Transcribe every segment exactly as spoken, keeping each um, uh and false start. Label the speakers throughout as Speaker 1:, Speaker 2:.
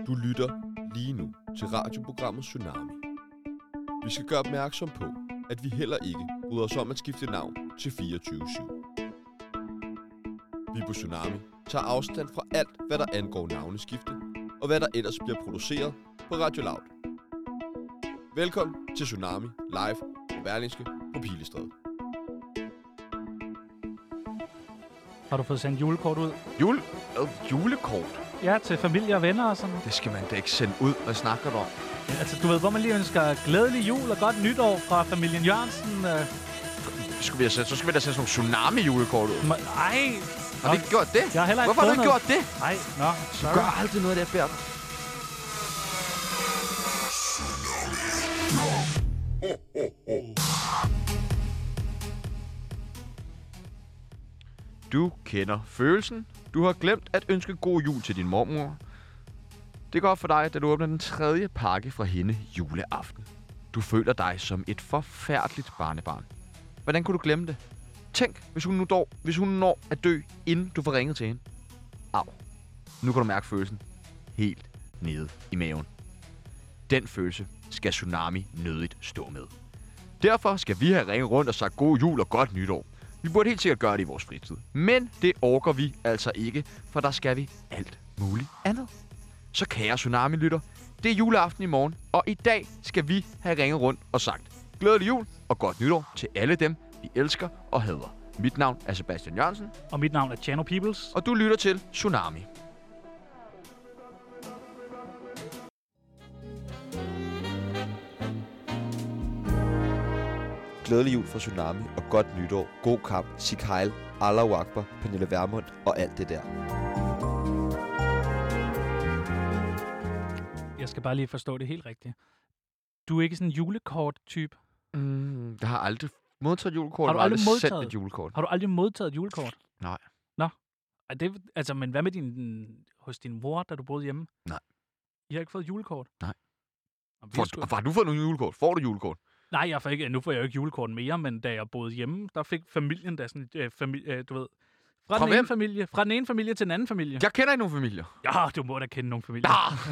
Speaker 1: Du lytter lige nu til radioprogrammet Tsunami. Vi skal gøre opmærksom på, at vi heller ikke bryder os om at skifte navn til fireogtyve syv. Vi på Tsunami tager afstand fra alt, hvad der angår navneskifte, og hvad der ellers bliver produceret på Radio Loud. Velkommen til Tsunami live på Berlingske på Pilestræde.
Speaker 2: Har du fået sendt julekort ud?
Speaker 3: Jule? Øh, julekort?
Speaker 2: Ja, til familie og venner og sådan.
Speaker 3: Det skal man da ikke sende ud. Hvad snakker du om?
Speaker 2: Ja, altså, du ved, hvor man lige ønsker glædelig jul og godt nytår fra familien Jørgensen. Øh.
Speaker 3: Skal vi da sende, så skal vi da sende sådan nogle tsunami-julekort ud.
Speaker 2: Nej.
Speaker 3: Har vi ikke gjort det?
Speaker 2: Jeg har heller ikke
Speaker 3: Hvorfor har du ikke
Speaker 2: noget.
Speaker 3: gjort det?
Speaker 2: Nej, nå, sorry.
Speaker 3: Du gør altid noget af det, Bert. Du kender følelsen. Du har glemt at ønske god jul til din mormor. Det går op for dig, da du åbner den tredje pakke fra hende juleaften. Du føler dig som et forfærdeligt barnebarn. Hvordan kunne du glemme det? Tænk, hvis hun nu når, hvis hun når at dø, inden du får ringet til hende. Au. Nu kan du mærke følelsen helt nede i maven. Den følelse skal Tsunami nødigt stå med. Derfor skal vi have ringet rundt og sagt god jul og godt nytår. Vi burde helt sikkert gøre det i vores fritid. Men det orker vi altså ikke, for der skal vi alt muligt andet. Så kære Tsunami-lytter, det er juleaften i morgen, og i dag skal vi have ringet rundt og sagt glædelig jul og godt nytår til alle dem, vi elsker og hader. Mit navn er Sebastian Jørgensen.
Speaker 2: Og mit navn er Chano Peoples.
Speaker 3: Og du lytter til Tsunami.
Speaker 1: Glædelig jul fra Tsunami og godt nytår, god kamp, Sig Heil, Allahu Akbar, Pernille Vermund og alt det der.
Speaker 2: Jeg skal bare lige forstå det helt rigtigt. Du er ikke sådan en julekort-type?
Speaker 3: Mm, jeg har aldrig modtaget julekort.
Speaker 2: Har du
Speaker 3: jeg har
Speaker 2: aldrig modtaget?
Speaker 3: sendt et julekort.
Speaker 2: Har du aldrig modtaget et julekort?
Speaker 3: Nej.
Speaker 2: Nå. Er det, altså, men hvad med din, hos din mor, da du boede hjemme?
Speaker 3: Nej.
Speaker 2: I har ikke fået julekort?
Speaker 3: Nej.
Speaker 2: Og
Speaker 3: Får,
Speaker 2: sgu...
Speaker 3: har du fået nogle julekort? Får du julekort?
Speaker 2: Nej, jeg får ikke, nu får jeg jo ikke julekort mere, men da jeg boede hjemme, der fik familien da sådan øh, familie, øh, du ved, fra,
Speaker 3: Fra
Speaker 2: den
Speaker 3: hvem?
Speaker 2: ene familie, fra den ene familie til den anden familie.
Speaker 3: Jeg kender ikke nogen familier.
Speaker 2: Ja, du må da kende nogle familier.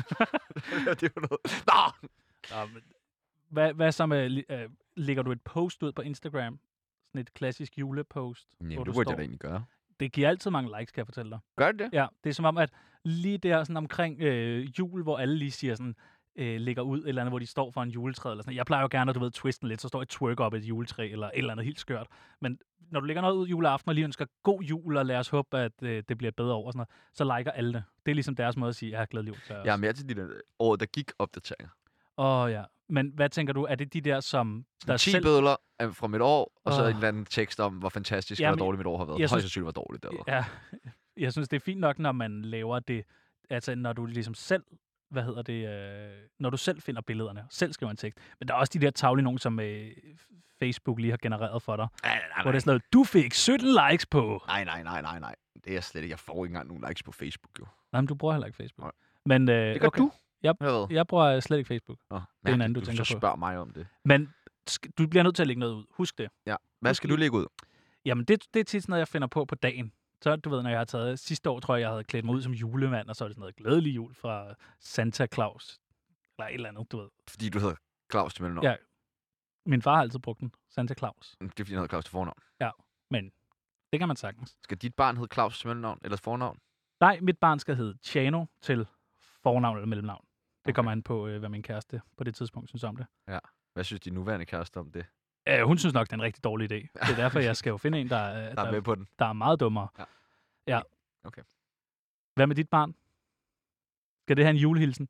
Speaker 3: Ja, det er jo noget. Nå!
Speaker 2: Ja, men, hvad, hvad så med, øh, lægger du et post ud på Instagram? Sådan et klassisk julepost,
Speaker 3: Jamen,
Speaker 2: hvor
Speaker 3: det
Speaker 2: du
Speaker 3: burde
Speaker 2: står.
Speaker 3: jeg da egentlig gøre.
Speaker 2: Det giver altid mange likes, kan jeg fortælle dig.
Speaker 3: Gør det det?
Speaker 2: Ja, det er som om, at lige der sådan omkring øh, jul, hvor alle lige siger sådan, øh, lægger ud et eller andet, hvor de står for en juletræ eller sådan. Jeg plejer jo gerne, at du ved, twisten lidt, så står et twerk op et juletræ eller et eller andet helt skørt. Men når du lægger noget ud juleaften og lige ønsker god jul, og lad os håbe, at øh, det bliver bedre over, sådan noget, så liker alle det. Det er ligesom deres måde at sige, at jeg har glædelig jul til os.
Speaker 3: Jeg er mere til de der året, der gik opdateringer.
Speaker 2: Åh oh, ja. Men hvad tænker du, er det de der, som der
Speaker 3: ti
Speaker 2: selv...
Speaker 3: bødler fra mit år, og så
Speaker 2: Åh.
Speaker 3: en eller anden tekst om, hvor fantastisk
Speaker 2: Jamen,
Speaker 3: og dårligt mit år har været.
Speaker 2: jeg
Speaker 3: Højst
Speaker 2: synes-
Speaker 3: sandsynligt var dårligt. Det
Speaker 2: Ja, jeg synes, det er fint nok, når man laver det, altså når du ligesom selv, hvad hedder det, øh, når du selv finder billederne, selv skriver en tekst. Men der er også de der tavlige nogen, som øh, Facebook lige har genereret for dig.
Speaker 3: Nej, nej, nej,
Speaker 2: Hvor det er
Speaker 3: nej.
Speaker 2: sådan noget, du fik sytten likes på.
Speaker 3: nej, nej, nej, nej, nej. Det er slet ikke. Jeg får ikke engang nogen likes på Facebook, jo.
Speaker 2: Nej, men du bruger heller ikke Facebook.
Speaker 3: Nej.
Speaker 2: Men, øh,
Speaker 3: Det gør
Speaker 2: okay.
Speaker 3: du.
Speaker 2: Jeg,
Speaker 3: Hvad?
Speaker 2: jeg bruger slet ikke Facebook.
Speaker 3: Nå,
Speaker 2: Det er en anden, du
Speaker 3: du
Speaker 2: tænker
Speaker 3: så
Speaker 2: på.
Speaker 3: spørg mig om det.
Speaker 2: Men sk- du bliver nødt til at lægge noget ud. Husk det.
Speaker 3: Ja. Hvad skal du lægge ud?
Speaker 2: Jamen, det, det er tit sådan noget, jeg finder på på dagen. Så du ved, når jeg har taget... Sidste år, tror jeg, jeg havde klædt mig ud som julemand, og så er det sådan noget glædelig jul fra Santa Claus. Eller et eller andet, du ved.
Speaker 3: Fordi du hedder Claus til mellemnavn.
Speaker 2: Ja. Min far har altid brugt den. Santa Claus.
Speaker 3: Det er fordi, han hedder Claus til fornavn.
Speaker 2: Men det kan man sagtens.
Speaker 3: Skal dit barn hedde Claus til mellemnavn eller fornavn?
Speaker 2: Nej, mit barn skal hedde Chano til fornavn eller mellemnavn. Det
Speaker 3: Okay.
Speaker 2: kommer an på, øh, hvad min kæreste på det tidspunkt synes om det.
Speaker 3: Hvad synes din nuværende kæreste om det?
Speaker 2: Øh, hun synes nok, det er en rigtig dårlig idé. Det er derfor, jeg skal jo finde en, der, er-
Speaker 3: Der er med
Speaker 2: der,
Speaker 3: på den.
Speaker 2: der er meget dummere.
Speaker 3: Ja.
Speaker 2: ja.
Speaker 3: Okay.
Speaker 2: Hvad med dit barn? Skal det have en julehilsen?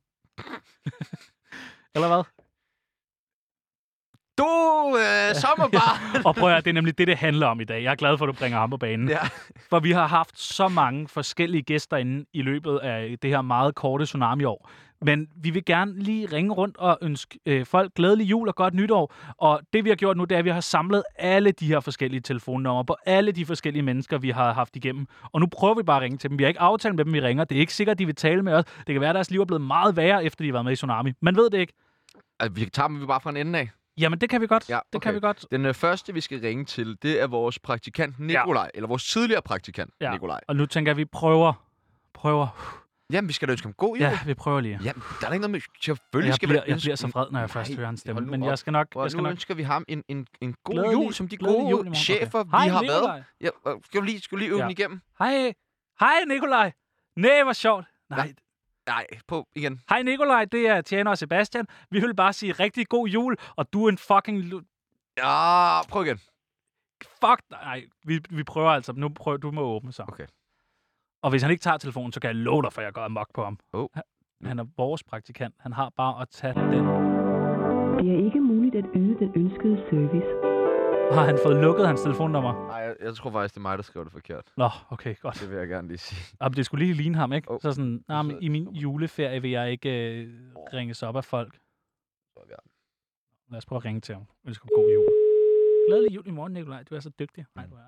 Speaker 2: Eller hvad?
Speaker 3: Du, øh, sommerbarn!
Speaker 2: Og prøv at høre, det er nemlig det, det handler om i dag. Jeg er glad for, at du bringer ham på banen.
Speaker 3: Ja.
Speaker 2: For vi har haft så mange forskellige gæster inde i løbet af det her meget korte tsunami-år. Men vi vil gerne lige ringe rundt og ønske øh, folk glædelig jul og godt nytår. Og det, vi har gjort nu, det er, at vi har samlet alle de her forskellige telefonnumre på alle de forskellige mennesker, vi har haft igennem. Og nu prøver vi bare at ringe til dem. Vi har ikke aftalt med dem, vi ringer. Det er ikke sikkert, at de vil tale med os. Det kan være, at deres liv er blevet meget værre, efter de har været med i Tsunami. Man ved det ikke.
Speaker 3: Altså, vi tager dem bare fra en ende af.
Speaker 2: Jamen, det kan vi godt.
Speaker 3: Ja,
Speaker 2: Det kan
Speaker 3: okay.
Speaker 2: vi godt.
Speaker 3: Den øh, første, vi skal ringe til, det er vores praktikant Nikolaj. Ja. Eller vores tidligere praktikant
Speaker 2: Ja.
Speaker 3: Nikolaj.
Speaker 2: Og nu tænker jeg, at vi prøver, prøver
Speaker 3: Jamen, vi skal da ønske ham god jul.
Speaker 2: Ja, vi prøver lige.
Speaker 3: Jamen, der er ikke noget med... Selvfølgelig
Speaker 2: Jeg
Speaker 3: skal
Speaker 2: bliver,
Speaker 3: vi
Speaker 2: jeg
Speaker 3: ønske...
Speaker 2: bliver så vred, når jeg
Speaker 3: Nej,
Speaker 2: først hører hans stemme.
Speaker 3: hold nu
Speaker 2: Men
Speaker 3: op.
Speaker 2: jeg skal nok...
Speaker 3: Og
Speaker 2: Jeg skal
Speaker 3: nu
Speaker 2: nok...
Speaker 3: ønsker vi ham en, en, en god
Speaker 2: Glædelig-
Speaker 3: jul, som de
Speaker 2: glædelig
Speaker 3: gode
Speaker 2: jul i morgen.
Speaker 3: chefer,
Speaker 2: Okay. Hej,
Speaker 3: vi har
Speaker 2: Nikolaj.
Speaker 3: været. Ja, og skal du lige, skal du lige øve
Speaker 2: Ja.
Speaker 3: den igennem?
Speaker 2: Hej. Hej, Nikolaj. Nej, hvor sjovt. Nej.
Speaker 3: Nej, på igen.
Speaker 2: Hej, Nikolaj. Det er Tjener og Sebastian. Vi vil bare sige rigtig god jul, og du er en fucking... lu-
Speaker 3: Ja, prøv igen.
Speaker 2: Fuck. Nej, vi, vi prøver altså. Nu prøver du må åbne så.
Speaker 3: Okay.
Speaker 2: Og hvis han ikke tager telefonen, så kan jeg love dig, for jeg går amok på ham.
Speaker 3: Oh.
Speaker 2: Han, han er vores praktikant. Han har bare at tage den.
Speaker 4: Det er ikke muligt at yde den ønskede service.
Speaker 2: Har han fået lukket hans telefonnummer?
Speaker 3: Nej, jeg, jeg tror faktisk, det er mig, der skrev det forkert.
Speaker 2: Nå, okay, godt.
Speaker 3: Det vil jeg gerne lige sige.
Speaker 2: Jamen, det skulle lige ligne ham, ikke?
Speaker 3: Oh.
Speaker 2: Så sådan, nej, men
Speaker 3: Så-
Speaker 2: i min juleferie vil jeg ikke øh, ringes op af folk.
Speaker 3: Så er vi her.
Speaker 2: Lad os prøve at ringe til ham. Ønsker ham god jul. Glædelig jul i morgen, Nikolaj. Du er så dygtig. Nej, du er.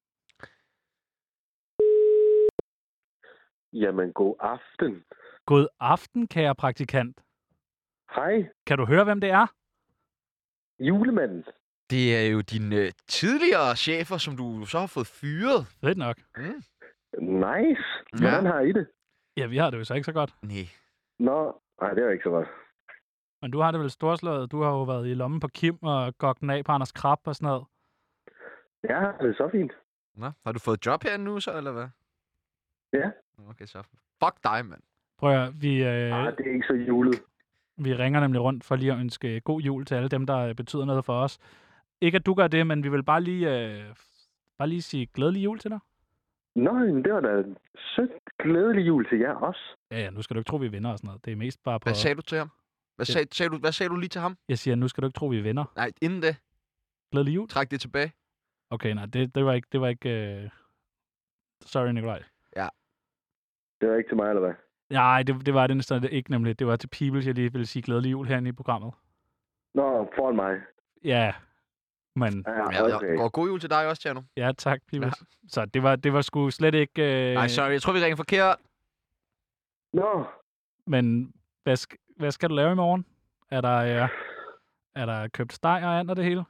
Speaker 5: Jamen, god aften.
Speaker 2: God aften, kære praktikant.
Speaker 5: Hej,
Speaker 2: Kan du høre, hvem det er?
Speaker 5: julemanden.
Speaker 3: Det er jo dine øh, tidligere chefer, som du så har fået fyret.
Speaker 2: Fedt nok.
Speaker 3: Mm.
Speaker 5: Nice. Hvordan har I det?
Speaker 2: Ja, vi har det jo så ikke så godt.
Speaker 3: Nej.
Speaker 5: Nå, nej, det er ikke så godt.
Speaker 2: Men du har det vel storslået. Du har jo været i lommen på Kim og gogt den af på Anders Krab og sådan noget.
Speaker 5: Ja, det er så fint.
Speaker 3: Nå, har du fået job her nu så, eller hvad?
Speaker 5: Ja.
Speaker 3: Okay, så. Fuck dig, mand.
Speaker 2: Prøv at høre, vi, øh,
Speaker 5: Ah, det er ikke så julet.
Speaker 2: vi ringer nemlig rundt for lige at ønske god jul til alle dem, der øh, betyder noget for os. Ikke at du gør det, men vi vil bare lige, øh, bare lige sige glædelig jul til dig.
Speaker 5: Nå, men det var da sødt glædelig jul til jer også.
Speaker 2: Ja, ja, nu skal du ikke tro, vi vinder og sådan noget. Det er mest bare på...
Speaker 3: Hvad sagde du til ham? Hvad sagde, sagde, du, hvad sagde du lige til ham?
Speaker 2: Jeg siger, nu skal du ikke tro, vi vinder.
Speaker 3: Nej, inden det.
Speaker 2: Glædelig jul.
Speaker 3: Træk det tilbage.
Speaker 2: Okay, nej, det, det var ikke... Det var ikke øh... Sorry, Nikolaj.
Speaker 5: Det var ikke til mig, eller hvad?
Speaker 2: Nej, det, det var det næsten ikke nemlig. Det var til Peoples, jeg lige ville sige glædelig jul herinde i programmet.
Speaker 5: Nå, foran mig.
Speaker 2: Ja, men...
Speaker 5: Ja,
Speaker 3: Ja,
Speaker 5: okay.
Speaker 3: ja. Og god jul til dig også, Tjerno.
Speaker 2: Ja, tak, Peoples. Ja. Så det var, det var sgu slet ikke... Øh...
Speaker 3: Nej, sorry. Jeg tror, vi ringer forkert.
Speaker 5: Nå,
Speaker 2: Men hvad, sk- hvad skal du lave i morgen? Er der, øh, er der købt steg og andet og det hele?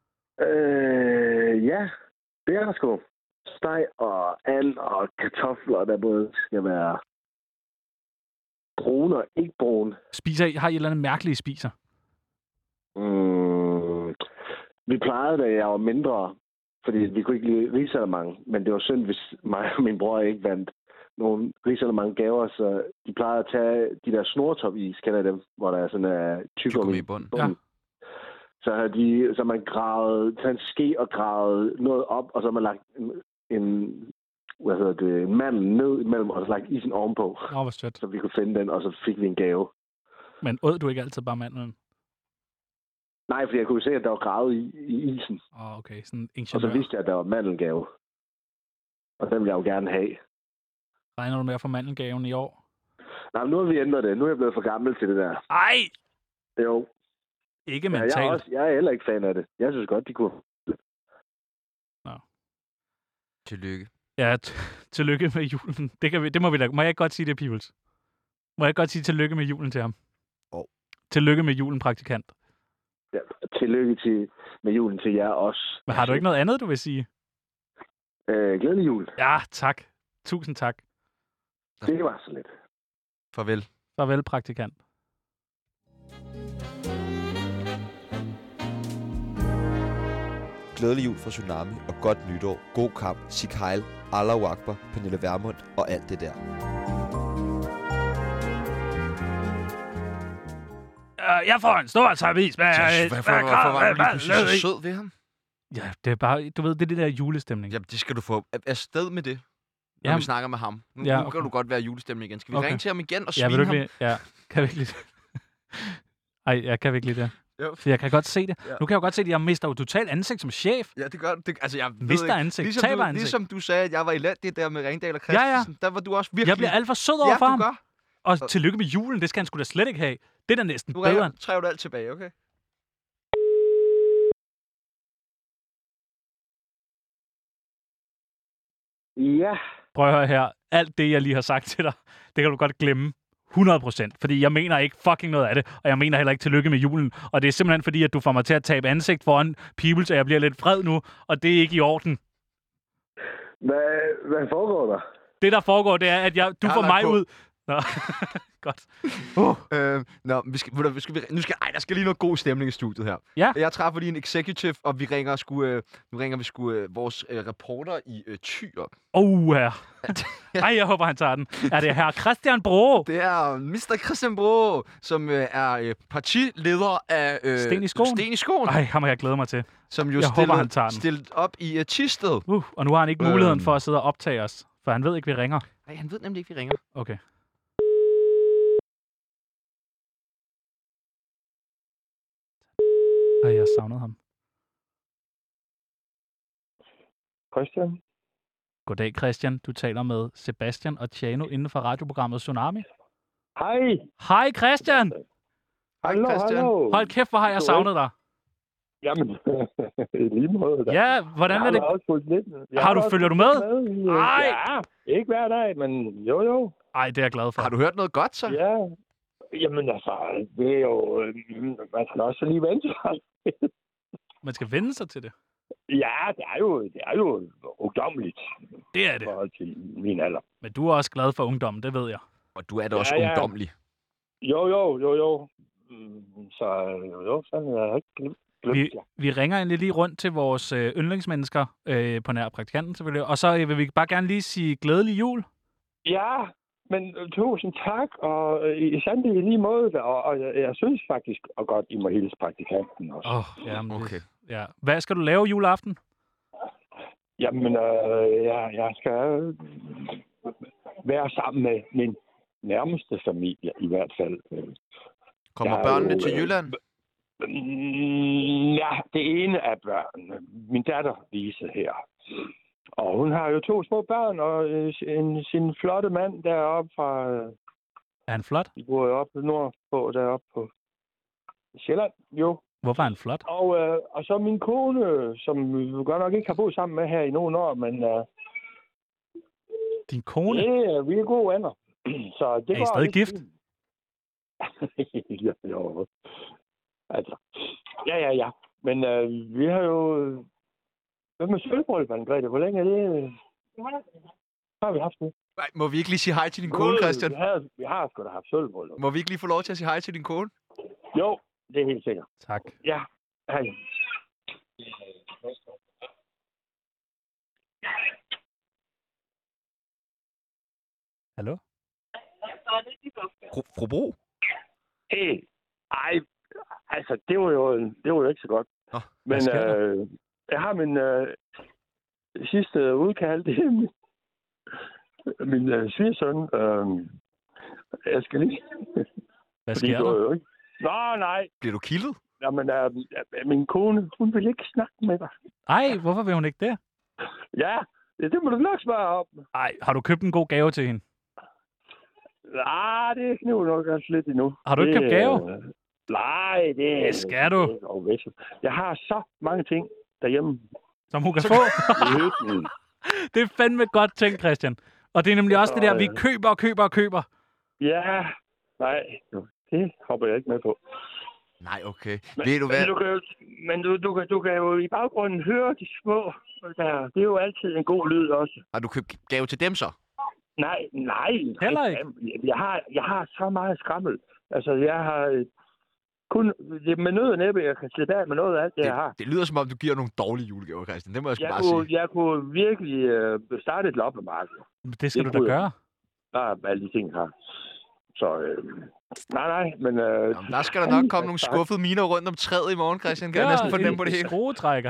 Speaker 5: øh, ja, det er der sgu. Steg og and og kartofler, der både skal være brune og ikke brune.
Speaker 2: Spiser I, har I et eller andet mærkelige spiser?
Speaker 5: Mm, vi plejede, da jeg var mindre, fordi vi kunne ikke lide risalemang, men det var synd, hvis mig og min bror ikke vandt nogle risalemang gaver, så de plejede at tage de der snortop-is, kender jeg dem, hvor der er sådan en uh, tyggegummi
Speaker 3: i bunden.
Speaker 2: Ja.
Speaker 5: Så har de, så har man gravet, taget en ske og gravet noget op, og så har man lagt en, en hvad hedder det, en mandel ned imellem, og så lagt isen ovenpå,
Speaker 2: Nå, hvor sødt.
Speaker 5: så vi kunne finde den, og så fik vi en gave.
Speaker 2: Men åd du ikke altid bare mandlen?
Speaker 5: Nej, fordi jeg kunne se, at der var gravet i, i isen.
Speaker 2: Åh, oh, okay. Sådan en
Speaker 5: Og så
Speaker 2: ingeniør.
Speaker 5: vidste jeg, at der var mandelgave. Og den ville jeg jo gerne have.
Speaker 2: Regner du med at få mandelgaven i år?
Speaker 5: Nej, men nu har vi ændret det. Nu er jeg blevet for gammel til det der.
Speaker 2: Ej!
Speaker 5: Jo.
Speaker 2: Ikke
Speaker 5: Ja, jeg,
Speaker 2: mentalt.
Speaker 5: er også, jeg er heller ikke fan af det. Jeg synes godt, de kunne.
Speaker 3: Tillykke.
Speaker 2: Ja, t- tillykke med julen. Det, kan vi, det må vi da. Må jeg ikke godt sige det, Peoples? Må jeg ikke godt sige tillykke med julen til ham?
Speaker 3: Oh.
Speaker 2: Tillykke med julen, praktikant.
Speaker 5: Ja, tillykke til, med julen til jer også.
Speaker 2: Men har du ikke noget andet, du vil sige?
Speaker 5: Øh, glædelig jul.
Speaker 2: Ja, tak. Tusind tak.
Speaker 5: Det var så lidt.
Speaker 3: Farvel.
Speaker 2: Farvel, praktikant.
Speaker 1: Glædelig jul fra Tsunami og godt nytår. God kamp. Sig Heil, Allahu Akbar, Pernille Vermund og alt det der.
Speaker 2: Uh, jeg får en stor servis med...
Speaker 3: Hvorfor, hvorfor, hvorfor var du lige pludselig så sød ved ham?
Speaker 2: Ja, det er bare... Du ved, det er det der julestemning.
Speaker 3: Jamen, det skal du få afsted med det, når
Speaker 2: Jamen.
Speaker 3: vi snakker med ham. Nu,
Speaker 2: Ja,
Speaker 3: nu kan
Speaker 2: okay.
Speaker 3: du godt være julestemning igen. Skal vi
Speaker 2: Okay.
Speaker 3: ringe til ham igen og
Speaker 2: Ja,
Speaker 3: svine
Speaker 2: vil du
Speaker 3: ham?
Speaker 2: ikke... Ja, kan vi ikke lide det? Ej, jeg kan vi ikke lide det.
Speaker 3: Jo.
Speaker 2: For jeg kan godt se det.
Speaker 3: Ja.
Speaker 2: Nu kan jeg jo godt se det. Jeg mister jo totalt ansigt som chef.
Speaker 3: Ja, det gør du. Det, altså, jeg ved
Speaker 2: Mister
Speaker 3: ikke.
Speaker 2: ansigt.
Speaker 3: Ligesom
Speaker 2: Taber
Speaker 3: du,
Speaker 2: ansigt.
Speaker 3: ligesom du sagde, at jeg var i land, det der med Ringdal og
Speaker 2: Ja, ja.
Speaker 3: Christensen, der var du også virkelig...
Speaker 2: Jeg bliver alt for sød over
Speaker 3: ja,
Speaker 2: for
Speaker 3: du
Speaker 2: ham.
Speaker 3: gør.
Speaker 2: Og tillykke med julen. Det skal han sgu da slet ikke have. Det er da næsten
Speaker 3: Nu
Speaker 2: bedre
Speaker 3: ringer,
Speaker 2: end...
Speaker 3: træver du alt tilbage, okay?
Speaker 5: Ja.
Speaker 2: Prøv at høre her. Alt det, jeg lige har sagt til dig, det kan du godt glemme. hundrede procent. Fordi jeg mener ikke fucking noget af det. Og jeg mener heller ikke tillykke med julen. Og det er simpelthen fordi, at du får mig til at tabe ansigt foran Peoples, og jeg bliver lidt vred nu. Og det er ikke i orden.
Speaker 5: Hvad, hvad foregår der?
Speaker 2: Det, der foregår, det er, at jeg, du
Speaker 3: Jeg har
Speaker 2: får
Speaker 3: lagt
Speaker 2: mig
Speaker 3: på.
Speaker 2: ud... Nå, godt.
Speaker 3: Uh. Øh, nå, vi skal, vi skal, vi, nu skal, ej, der skal lige noget god stemning i studiet her.
Speaker 2: Ja.
Speaker 3: Jeg træffer lige en executive, og vi ringer sgu, øh, nu ringer vi sgu øh, vores øh, reporter i øh, Thy op.
Speaker 2: Oh, her. Ej, jeg håber, han tager den. Er det her Christian Bro?
Speaker 3: Det er mister Christian Bro, som øh, er øh, partileder af øh,
Speaker 2: Sten i skoen.
Speaker 3: Sten i skoen.
Speaker 2: Ej, ham har jeg glædet mig til.
Speaker 3: Som jo
Speaker 2: Jeg
Speaker 3: stillet,
Speaker 2: håber, han tager den.
Speaker 3: stillet op i uh, Thisted.
Speaker 2: Uh, og nu har han ikke muligheden
Speaker 3: Øhm.
Speaker 2: for at sidde og optage os, for han ved ikke, vi ringer.
Speaker 3: Nej, han ved nemlig ikke, vi ringer.
Speaker 2: Okay. Ej, jeg savnede ham.
Speaker 6: Christian?
Speaker 2: Goddag, Christian. Du taler med Sebastian og Tjano inden for radioprogrammet Tsunami.
Speaker 6: Hej!
Speaker 2: Hej, Christian!
Speaker 6: Hallo,
Speaker 3: Christian.
Speaker 6: hallo!
Speaker 2: Hold kæft, hvor har jeg savnet dig.
Speaker 6: Jamen, i lige måde. Da.
Speaker 2: Ja, hvordan er
Speaker 6: jeg
Speaker 2: det?
Speaker 6: har også fulgt lidt. Jeg
Speaker 2: Har du-
Speaker 6: også
Speaker 2: følger du
Speaker 6: fulgt
Speaker 2: med?
Speaker 6: med i, øh,
Speaker 2: Ej!
Speaker 6: Ja, ikke hver dag, men jo jo.
Speaker 2: Ej, det er jeg glad for.
Speaker 3: Har du hørt noget godt, så?
Speaker 6: Ja. Jamen altså, det er jo... øh, Man skal også lige vente sig.
Speaker 2: Man skal vende sig til det.
Speaker 6: Ja, det er jo, det er jo ungdommeligt
Speaker 2: Det er
Speaker 6: i
Speaker 2: det.
Speaker 6: forhold til min alder.
Speaker 2: Men du er også glad for ungdommen, det ved jeg.
Speaker 3: Og du er da også
Speaker 6: Ja, ja.
Speaker 3: ungdomlig.
Speaker 6: Jo, jo, jo, jo. Mm, Så jo, jo, sådan er jeg ikke glemt. glemt
Speaker 2: Vi,
Speaker 6: ja.
Speaker 2: vi ringer egentlig lige rundt til vores øh, yndlingsmennesker øh, på nær praktikanten selvfølgelig. Og så øh, vil vi bare gerne lige sige glædelig jul.
Speaker 6: Ja, men øh, tusind tak, og øh, i sandhed i lige måde, og, og jeg, jeg synes faktisk og godt, I må hilse praktikanten også.
Speaker 2: Åh, oh, ja, men
Speaker 3: Okay.
Speaker 2: det, ja. Hvad skal du lave juleaften?
Speaker 6: Jamen, øh, jeg, jeg skal øh, være sammen med min nærmeste familie, i hvert fald.
Speaker 3: Kommer
Speaker 6: Jeg er
Speaker 3: børnene
Speaker 6: jo,
Speaker 3: til
Speaker 6: øh,
Speaker 3: Jylland?
Speaker 6: Mm, ja, det ene af børnene. Min datter, Lise, her. Og hun har jo to små børn, og øh, en, sin flotte mand deroppe fra... Øh,
Speaker 2: Er han flot?
Speaker 6: de bor jo oppe nordpå, deroppe på Sjælland, jo.
Speaker 2: Hvorfor er han flot?
Speaker 6: Og, øh, og så min kone, som vi godt nok ikke har boet sammen med her i nogle år, men øh,
Speaker 2: Din kone?
Speaker 6: det, vi er gode venner. Så det
Speaker 2: Er I
Speaker 6: går
Speaker 2: stadig
Speaker 6: vist
Speaker 2: gift?
Speaker 6: fint. ja, jo. Altså, ja, ja, ja. Men øh, vi har jo... Hvad med sølvbrølp, Anne-Grethe? Hvor længe er det? Har vi haft det?
Speaker 3: Nej, må vi ikke lige sige hej til din kone, Christian?
Speaker 6: Vi har, vi har sgu da haft sølvbrølp.
Speaker 3: Må vi ikke lige få lov til at sige hej til din kone?
Speaker 6: Jo, det er helt sikkert.
Speaker 2: Tak.
Speaker 6: Ja, hej.
Speaker 2: Hallo?
Speaker 3: Fru, fru Bro?
Speaker 6: Hey, ej, altså, det var jo, det var jo ikke så godt.
Speaker 3: Nå,
Speaker 6: Men
Speaker 2: sker der?
Speaker 6: øh, jeg har min øh, sidste udkald, det er min, min øh, svigersøn. Øh, jeg skal lige...
Speaker 2: Hvad
Speaker 6: fordi
Speaker 2: sker
Speaker 6: det var
Speaker 2: der?
Speaker 6: jo ikke... Nå, nej.
Speaker 3: Bliver du kildet?
Speaker 6: Jamen, øh, min kone, hun vil ikke snakke med dig.
Speaker 2: Ej, hvorfor vil hun ikke det?
Speaker 6: Ja, det, det må du nok svare op.
Speaker 2: Ej, har du købt en god gave til hende?
Speaker 6: Ah, det kniver nok også lidt endnu.
Speaker 2: Har du ikke
Speaker 6: Det,
Speaker 2: købt gave?
Speaker 6: øh, nej, det...
Speaker 2: Det skal du.
Speaker 6: Det er jo væsentligt. Jeg har så mange ting derhjemme
Speaker 2: Som hun kan få?
Speaker 6: i hytten.
Speaker 2: Det er fandme godt tænkt, Christian. Og det er nemlig også det der, vi køber og køber og køber.
Speaker 6: Ja, nej, det hopper jeg ikke med på.
Speaker 3: Nej, okay.
Speaker 6: Men,
Speaker 3: Ved du hvad?
Speaker 6: Men, du kan, jo, men du, du, kan, du kan jo i baggrunden høre de små der. Det er jo altid en god lyd også.
Speaker 3: Har du købt gave til dem så?
Speaker 6: Nej, nej.
Speaker 2: Heller
Speaker 6: nej,
Speaker 2: ikke?
Speaker 6: Jeg har, jeg har så meget skrammel. Altså, jeg har øh, kun... Det er med nød og næppe, jeg kan slippe af med noget af alt det,
Speaker 3: Det,
Speaker 6: jeg har.
Speaker 3: det lyder som om, du giver nogle dårlige julegaver, Christian. Det må jeg sgu
Speaker 6: Jeg
Speaker 3: bare
Speaker 6: kunne,
Speaker 3: sige.
Speaker 6: jeg kunne virkelig øh, starte et loppemarked.
Speaker 2: Det skal
Speaker 6: Det
Speaker 2: du da
Speaker 6: kunne jeg.
Speaker 2: gøre.
Speaker 6: Bare med alle de ting, jeg har. Så, øh, nej, nej, men... Øh,
Speaker 3: Jamen, der skal der nok komme nogle skuffede miner rundt om træet i morgen, Christian. Kan jeg næsten fornemme på det hele.
Speaker 2: Skruetrækker.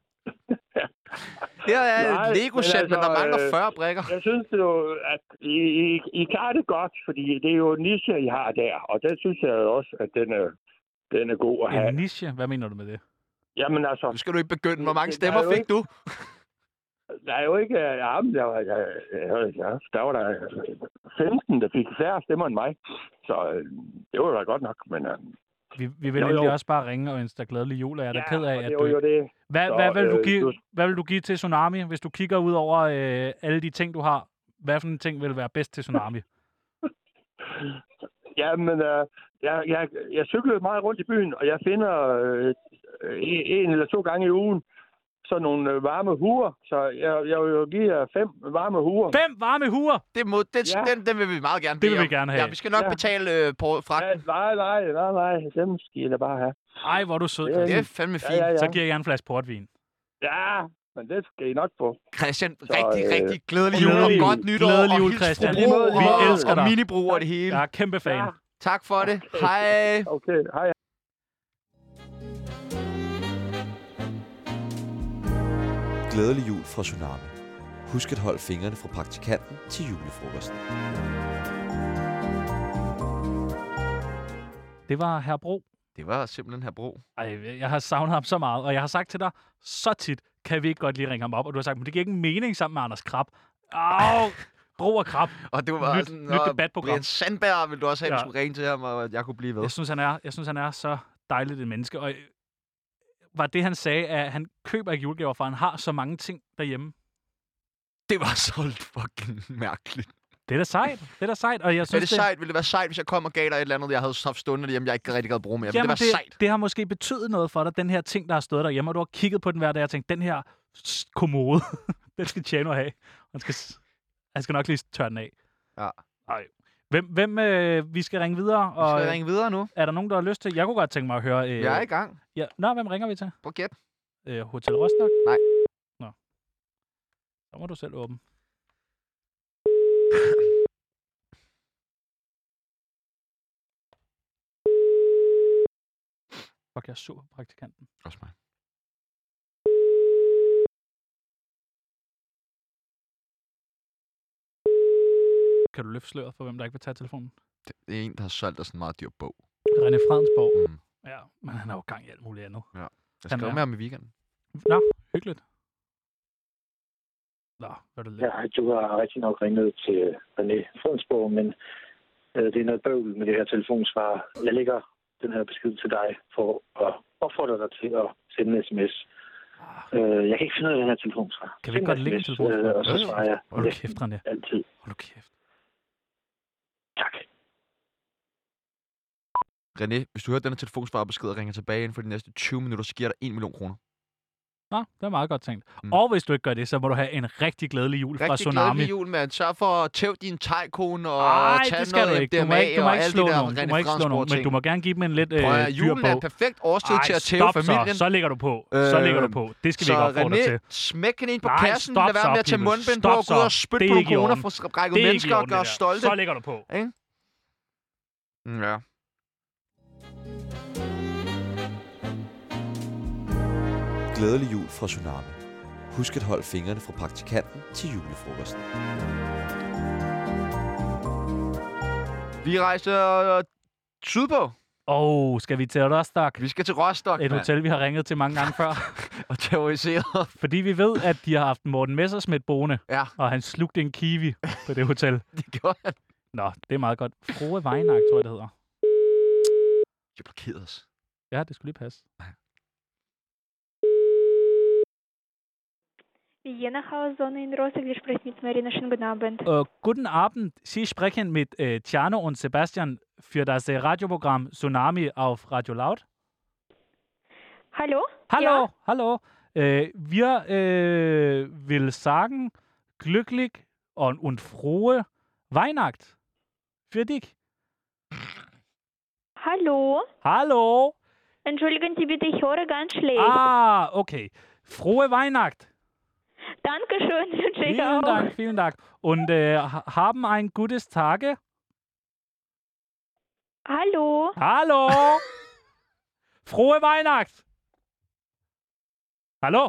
Speaker 3: Her er
Speaker 6: Nej,
Speaker 3: et Lego-sæt,
Speaker 6: men
Speaker 3: men der
Speaker 6: altså,
Speaker 3: mangler
Speaker 6: øh,
Speaker 3: fyrre brikker.
Speaker 6: Jeg synes jo, at I, I, I klarer det godt, fordi det er jo en niche, I har der. Og den synes jeg også, at den er, den er god at have.
Speaker 2: En niche? Hvad mener du med det?
Speaker 6: Jamen altså,
Speaker 3: Nu skal du ikke begynde. Hvor mange
Speaker 6: Det-
Speaker 3: stemmer
Speaker 6: der er jo
Speaker 3: fik du?
Speaker 6: der er jo ikke... Ja, men der var, der, der, der var der femten, der fik færre stemmer end mig. Så øh, det var da godt nok, men... Øh,
Speaker 2: Vi, vi vil
Speaker 6: Jo,
Speaker 2: egentlig
Speaker 6: jo.
Speaker 2: også bare ringe og ønske dig glædelig jul, og jeg er da ked af,
Speaker 6: og
Speaker 2: at
Speaker 6: det
Speaker 2: du...
Speaker 6: var jo det.
Speaker 2: Hvad,
Speaker 6: Så,
Speaker 2: hvad, vil du
Speaker 6: øh,
Speaker 2: give,
Speaker 6: du-
Speaker 2: hvad vil du give til Tsunami, hvis du kigger ud over øh, alle de ting, du har? Hvad for en ting vil være bedst til Tsunami?
Speaker 6: Jamen, øh, jeg, jeg, jeg cykler meget rundt i byen, og jeg finder øh, en eller to gange i ugen sådan nogle øh, varme huer. Så jeg, jeg vil jo give jer fem varme huer.
Speaker 2: Fem varme huer!
Speaker 3: Det må, det,
Speaker 6: Ja.
Speaker 3: den, den vil vi meget gerne
Speaker 2: Det
Speaker 3: bede
Speaker 2: vil vi
Speaker 3: om.
Speaker 2: gerne have.
Speaker 3: Ja, vi skal nok
Speaker 6: Ja.
Speaker 3: betale øh, på
Speaker 6: Ja,
Speaker 3: fragten.
Speaker 6: nej, nej, nej, nej. Dem skal I da bare have.
Speaker 2: Ej, hvor er du sød,
Speaker 6: Ja,
Speaker 2: Christian.
Speaker 3: Det er fandme fint.
Speaker 6: Ja, ja, ja.
Speaker 2: Så giver jeg jer en flaske portvin.
Speaker 6: Ja, men det skal I nok få.
Speaker 3: Christian,
Speaker 6: Så,
Speaker 3: rigtig,
Speaker 6: øh,
Speaker 3: rigtig glædelig jul og
Speaker 2: glædelig jul.
Speaker 3: godt nytår.
Speaker 2: Glædelig
Speaker 3: og
Speaker 2: jul,
Speaker 3: hils
Speaker 2: Christian.
Speaker 3: fru Bro
Speaker 6: Vi
Speaker 3: og,
Speaker 2: elsker
Speaker 3: og
Speaker 2: dig.
Speaker 3: minibro og det hele.
Speaker 2: Jeg er kæmpe fan.
Speaker 6: Ja.
Speaker 3: Tak for det.
Speaker 6: Okay.
Speaker 3: Hej.
Speaker 6: Okay, hej.
Speaker 1: Glædelig jul fra Tsunami. Husk at holde fingrene fra praktikanten til julefrokosten.
Speaker 2: Det var herr Bro.
Speaker 3: Det var simpelthen her Bro.
Speaker 2: Ej, jeg har savnet ham så meget, og jeg har sagt til dig så tit, kan vi ikke godt lige ringe ham op? Og du har sagt, men det giver ikke mening sammen med Anders Krab. Au! Bro og Krab.
Speaker 3: Og det var
Speaker 2: Nyt-
Speaker 3: sådan,
Speaker 2: nyt
Speaker 3: og
Speaker 2: debatprogram.
Speaker 3: Brian Sandberg ville du også have,
Speaker 2: Ja.
Speaker 3: ja. skulle ringe til ham, og at jeg kunne blive ved.
Speaker 2: Jeg synes, han er, jeg synes, han er så dejligt et menneske. Og øh, var det, han sagde, at han køber ikke julegaver, for han har så mange ting derhjemme.
Speaker 3: Det var så fucking mærkeligt.
Speaker 2: Det er da sejt. Det er da sejt. Og jeg
Speaker 3: Er
Speaker 2: synes,
Speaker 3: det sejt? Ville det være sejt, hvis jeg kom og gav dig et eller andet, jeg havde haft stående derhjemme, jeg ikke rigtig gad bruge mere? Ville
Speaker 2: Jamen,
Speaker 3: det være sejt?
Speaker 2: det har måske betydet noget for dig, den her ting, der har stået derhjemme, og du har kigget på den hver dag og tænkt, den her s- kommode, den skal Tjano have. Han skal, s- han skal nok lige tørre den af.
Speaker 3: Ja.
Speaker 2: Ej. Hvem, hvem øh, vi skal ringe videre?
Speaker 3: Vi
Speaker 2: Og,
Speaker 3: skal ringe videre nu.
Speaker 2: er der nogen, der har lyst til? Jeg kunne godt tænke mig at høre... Øh,
Speaker 3: Jeg er i gang.
Speaker 2: ja. Nå, hvem ringer vi til?
Speaker 3: Prøv at gæt.
Speaker 2: Øh, Hotel Rostock?
Speaker 3: Nej.
Speaker 2: Nå. Så må du selv åbne. Fuck, jeg er sur på praktikanten.
Speaker 3: Også mig.
Speaker 2: Kan du løfte sløret for, hvem der ikke vil tage telefonen?
Speaker 3: Det det er en, der har solgt dig sådan en meget dyr bog.
Speaker 2: René Fredensborg.
Speaker 3: Mm.
Speaker 2: Ja, men han har jo gang i alt muligt andet.
Speaker 3: Jeg
Speaker 2: Han
Speaker 3: skrev
Speaker 2: er-
Speaker 3: med ham i weekenden.
Speaker 2: Nå, hyggeligt. Nå, hvad er det lidt?
Speaker 7: Ja, du har rigtig nok ringet til René Fredensborg, men øh, det er noget bøvl med det her telefonsvar. Jeg lægger den her besked til dig for at opfordre dig til at sende en sms. Øh, jeg kan ikke finde ud af den her telefonsvar.
Speaker 2: Kan vi ikke godt lægge en
Speaker 7: sms,
Speaker 2: telefonsvar?
Speaker 7: øh, og så svarer jeg
Speaker 2: Hold nu
Speaker 7: næsten
Speaker 2: kæft, René.
Speaker 7: altid.
Speaker 2: Hold nu kæft.
Speaker 7: Tak.
Speaker 3: René, hvis du hører den her telefonsvarerbesked og ringer tilbage inden for de næste tyve minutter, så giver jeg dig en million kroner.
Speaker 2: Nå, det er meget godt tænkt.
Speaker 3: Mm.
Speaker 2: Mm. Og hvis du ikke gør det, så må du have en rigtig glædelig jul fra
Speaker 3: Rigtig
Speaker 2: Tsunami.
Speaker 3: glædelig jul, mand. Sørg for at tæve din tegkone og
Speaker 2: Nej,
Speaker 3: tage
Speaker 2: det skal du
Speaker 3: noget
Speaker 2: ikke. Du må
Speaker 3: M D M A
Speaker 2: ikke, du må
Speaker 3: og
Speaker 2: ikke
Speaker 3: alle
Speaker 2: slå
Speaker 3: de der
Speaker 2: nogen. Du
Speaker 3: René
Speaker 2: må ikke slå nogen, men
Speaker 3: Fredensborg-ting.
Speaker 2: du må gerne give dem en lidt øh,
Speaker 3: Prøv at høre,
Speaker 2: dyr
Speaker 3: julen er
Speaker 2: bog.
Speaker 3: et perfekt årstid
Speaker 2: Ej,
Speaker 3: til at tæve
Speaker 2: stop
Speaker 3: familien.
Speaker 2: Så. så ligger du på. Så
Speaker 3: Øh,
Speaker 2: ligger du på. Det skal vi
Speaker 3: Så
Speaker 2: ikke opfordre
Speaker 3: René,
Speaker 2: til.
Speaker 3: smæk hende ind på
Speaker 2: Nej,
Speaker 3: kassen.
Speaker 2: stop
Speaker 3: Lad være
Speaker 2: så,
Speaker 3: med at tage
Speaker 2: Pibels.
Speaker 3: mundbind
Speaker 2: Stop
Speaker 3: på og gå ud
Speaker 2: så.
Speaker 3: og spytte
Speaker 2: Det
Speaker 3: på
Speaker 2: er
Speaker 3: nogle
Speaker 2: ikke i
Speaker 3: kroner
Speaker 2: orden.
Speaker 3: for skrækket
Speaker 2: Det er ikke
Speaker 3: mennesker
Speaker 2: i
Speaker 3: og
Speaker 2: orden,
Speaker 3: gøre
Speaker 2: det der.
Speaker 3: stolte.
Speaker 2: Så ligger du på.
Speaker 3: Ja.
Speaker 1: Glædelig jul fra Tsunami. Husk at holde fingrene fra praktikanten til julefrokosten.
Speaker 3: Vi rejser øh, sydpå.
Speaker 2: Åh, oh, skal vi til Rostock?
Speaker 3: Vi skal til Rostock,
Speaker 2: Et
Speaker 3: mand.
Speaker 2: hotel, vi har ringet til mange gange før.
Speaker 3: Og terroriseret.
Speaker 2: Fordi vi ved, at de har haft Morten Messerschmidt boende,
Speaker 3: Ja,
Speaker 2: og han slugte en kiwi på det hotel.
Speaker 3: det gjorde han.
Speaker 2: Nå, det er meget godt. Frohe Weinach, tror jeg, det hedder.
Speaker 3: De blokerede os.
Speaker 2: Ja, det skulle lige passe.
Speaker 8: Vienna-Haus-Zone in Rostock, wir sprechen mit Marina. Schönen guten Abend.
Speaker 2: Uh, guten Abend. Sie sprechen mit uh, Tjano und Sebastian für das uh, Radioprogramm Tsunami auf Radio Laut.
Speaker 8: Hallo?
Speaker 2: Hallo,
Speaker 8: Ja?
Speaker 2: hallo. Uh, wir uh, will sagen, glücklich und, und frohe Weihnacht für dich.
Speaker 8: Hallo?
Speaker 2: Hallo.
Speaker 8: Entschuldigen Sie bitte, ich höre ganz schlecht.
Speaker 2: Ah, okay. Frohe Weihnacht.
Speaker 8: Dankeschön, wünsche ich
Speaker 2: Vielen
Speaker 8: auch.
Speaker 2: Dank, vielen Dank. Und äh, ha- haben ein gutes Tage.
Speaker 8: Hallo?
Speaker 2: Hallo. Frohe Weihnacht. Hallo.